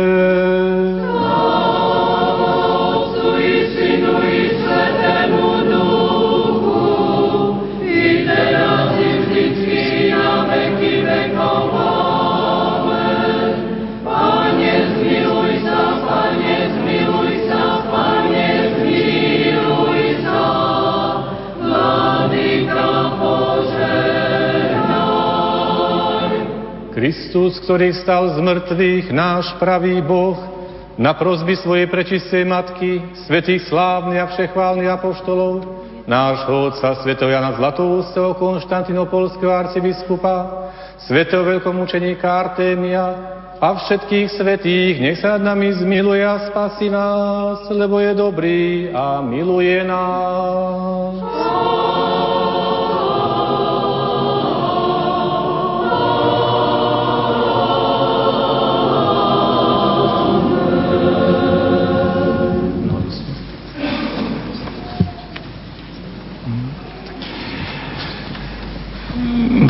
Kristus, ktorý stal z mŕtvych, náš pravý Boh, na prosby svojej prečistej matky, svätých slávnych a všechválnych apoštolov, nášho otca svätého Jana Zlatoústeho, konštantinopolského arcibiskupa, svätého veľkomučeníka Artémia a všetkých svätých, nech sa nad nami zmiluje a spasí nás, lebo je dobrý a miluje nás.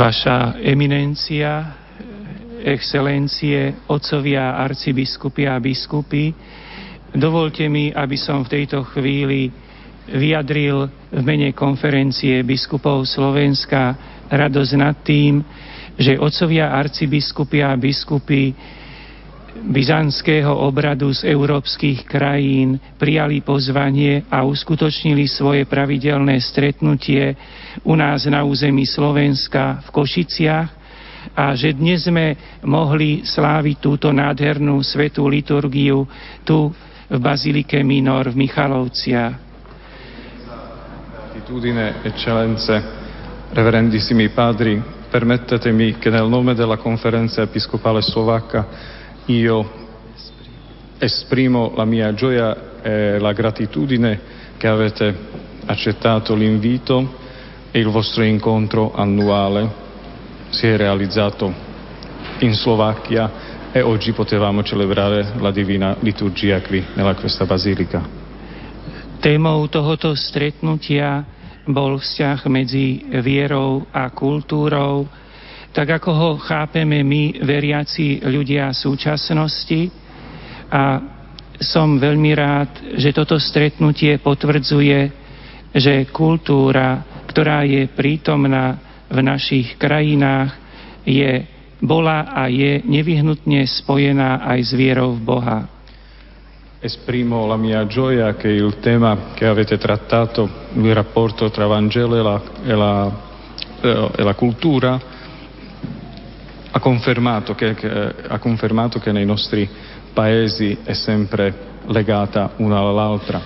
Vaša eminencia, excelencie, otcovia, arcibiskupy a biskupy, dovolte mi, aby som v tejto chvíli vyjadril v mene konferencie biskupov Slovenska radosť nad tým, že otcovia, arcibiskupy a biskupy byzantského obradu z európskych krajín prijali pozvanie a uskutočnili svoje pravidelné stretnutie u nás na území Slovenska v Košiciach a že dnes sme mohli sláviť túto nádhernú svätú liturgiu tu v Bazilike Minor v Michalovciach. Gratitudine, eccellenze, reverendissimi padri, permettetemi che nel nome della Conferenza Episcopale Slovacca io esprimo la mia gioia e la gratitudine che avete accettato l'invito e il vostro incontro annuale si è realizzato in Slovacchia e oggi potevamo celebrare la Divina Liturgia qui nella questa basilica. Témou tohoto stretnutia bol vzťah medzi vierou a kultúrou, tak ako ho chápeme my, veriaci ľudia súčasnosti. A som veľmi rád, že toto stretnutie potvrdzuje, že kultúra, ktorá je prítomná v našich krajinách, je, bola a je nevyhnutne spojená aj s vierou v Boha. Esprimo la mia gioia che il tema che avete trattato, il rapporto tra Vangelo e la, e la, e la cultura, ha confermato che, che, ha confermato che nei nostri paesi è sempre legata una all'altra.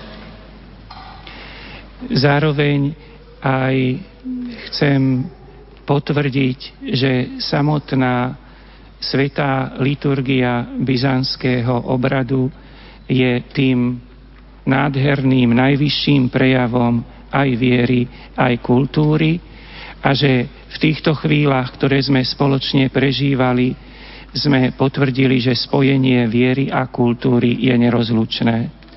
Zároveň aj chcem potvrdiť, že samotná svätá liturgia byzantského obradu je tým nádherným, najvyšším prejavom aj viery, aj kultúry a že v týchto chvíľach, ktoré sme spoločne prežívali, sme potvrdili, že spojenie viery a kultúry je nerozlučné.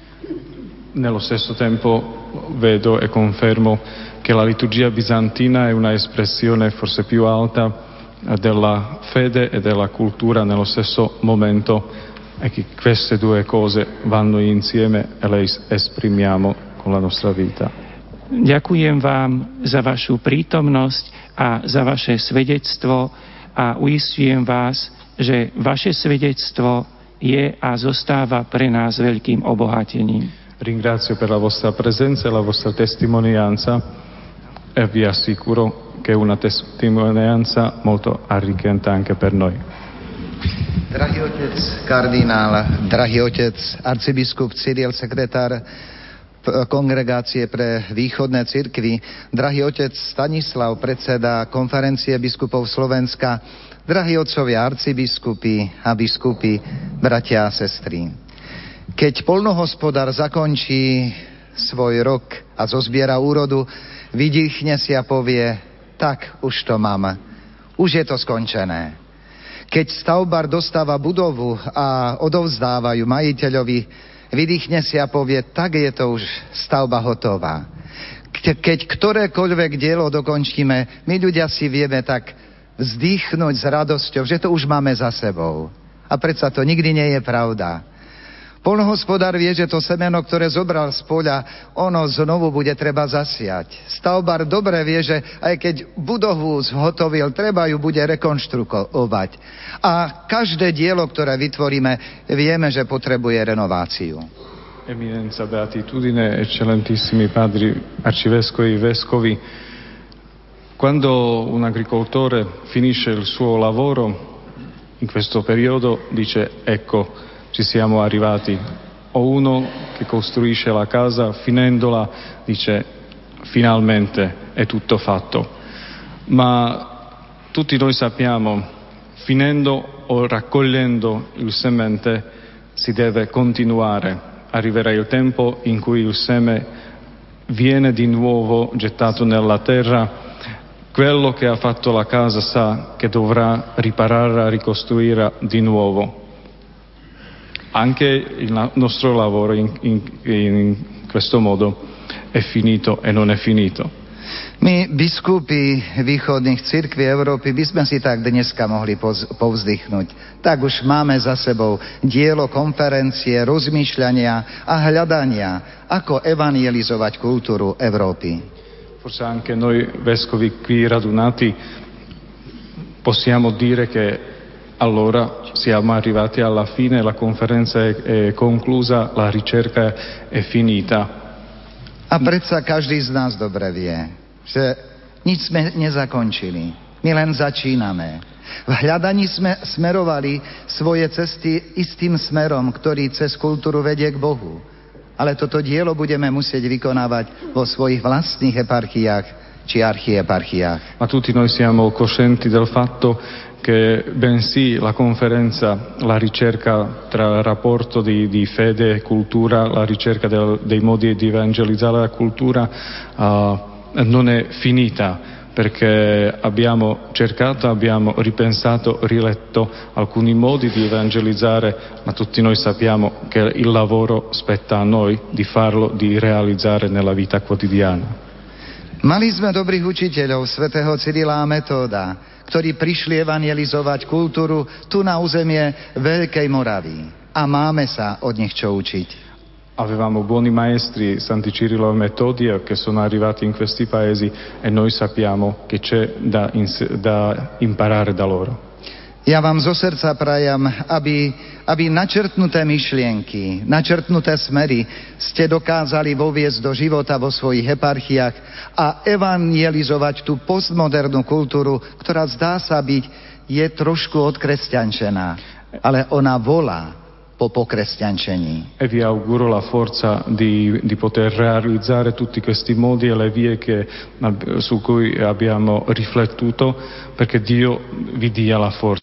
Nello stesso tempo vedo e confermo che la liturgia bizantina è una espressione forse più alta della fede e della cultura nello stesso momento e che queste due cose vanno insieme e le esprimiamo con la nostra vita. Ďakujem vám za vašu prítomnosť a za vaše svedectvo a uistujem vás, že vaše svedectvo je a zostáva pre nás veľkým obohatením. Ringrazio per la vostra presenza e la vostra testimonianza e vi assicuro che è una testimonianza molto arricchente anche per noi. Drahý otec kardinál, drahý otec arcibiskup Cyril, sekretár Kongregácie pre východné cirkvi, drahý otec Stanislav, predseda Konferencie biskupov Slovenska, drahí otcovia arcibiskupy a biskupy, bratia a sestry. Keď poľnohospodár zakončí svoj rok a zozbiera úrodu, vydýchne si a povie, tak už to mám, už je to skončené. Keď stavbár dostáva budovu a odovzdávajú majiteľovi, vydýchne si a povie, tak je to už stavba hotová. Keď ktorékoľvek dielo dokončíme, my ľudia si vieme tak vzdýchnuť s radosťou, že to už máme za sebou. A predsa to nikdy nie je pravda. Poľnohospodár vie, že to semeno, ktoré zobral z poľa, ono znovu bude treba zasiať. Stavbár dobre vie, že aj keď budovu zhotovil, treba ju bude rekonštruovať. A každé dielo, ktoré vytvoríme, vieme, že potrebuje renováciu. Eminenza, beatitudine, eccellentissimi padri, arcivescovi, vescovi, quando un agricoltore finisce il suo lavoro in questo periodo dice ecco, ci siamo arrivati, o uno che costruisce la casa finendola dice finalmente è tutto fatto, ma tutti noi sappiamo, finendo o raccogliendo il semente si deve continuare, arriverà il tempo in cui il seme viene di nuovo gettato nella terra, quello che ha fatto la casa sa che dovrà riparare, ricostruire di nuovo. Anche il nostro lavoro in, in, in questo modo è finito e non è finito. My, biskupy východných cirkví Európy, by sme si tak dneska mohli povzdychnúť. Tak už máme za sebou dielo konferencie, rozmýšľania a hľadania, ako evangelizovať kultúru Európy. Forse anche noi vescovi qui radunati possiamo dire che allora siamo arrivati alla fine, la conferenza è, è conclusa, la ricerca è finita. A predsa každý z nás dobre vie, že nič sme nezakončili. My len začíname. V hľadaní sme smerovali svoje cesty istým smerom, ktorý cez kultúru vedie k Bohu. Ale toto dielo budeme musieť vykonávať vo svojich vlastných eparchiách či archieparchiách. Ma tutti noi siamo coscienti del fatto che bensì la conferenza, la ricerca tra il rapporto di, di fede e cultura, la ricerca del, dei modi di evangelizzare la cultura uh, non è finita, perché abbiamo cercato, abbiamo ripensato, riletto alcuni modi di evangelizzare, ma tutti noi sappiamo che il lavoro spetta a noi di farlo, di realizzare nella vita quotidiana. Mali sme dobrých učiteľov, svätého Cyrila a Metóda, ktorí prišli evangelizovať kultúru tu na územie Veľkej Moravy. A máme sa od nich čo učiť. Avevamo buoni maestri, Santi Cirillo e Metodio, che sono arrivati in questi paesi e noi sappiamo che c'è da, ins- da imparare da loro. Ja vám zo srdca prajem, aby, aby načrtnuté myšlienky, načrtnuté smery ste dokázali voviesť do života vo svojich eparchiách a evangelizovať tú postmodernú kultúru, ktorá zdá sa byť, je trošku odkresťančená, ale ona volá po pokresťančení. E vi auguro la forza di, di poter realizzare tutti questi modi e le vie che, su cui abbiamo riflettuto, perché Dio vi dia la forza.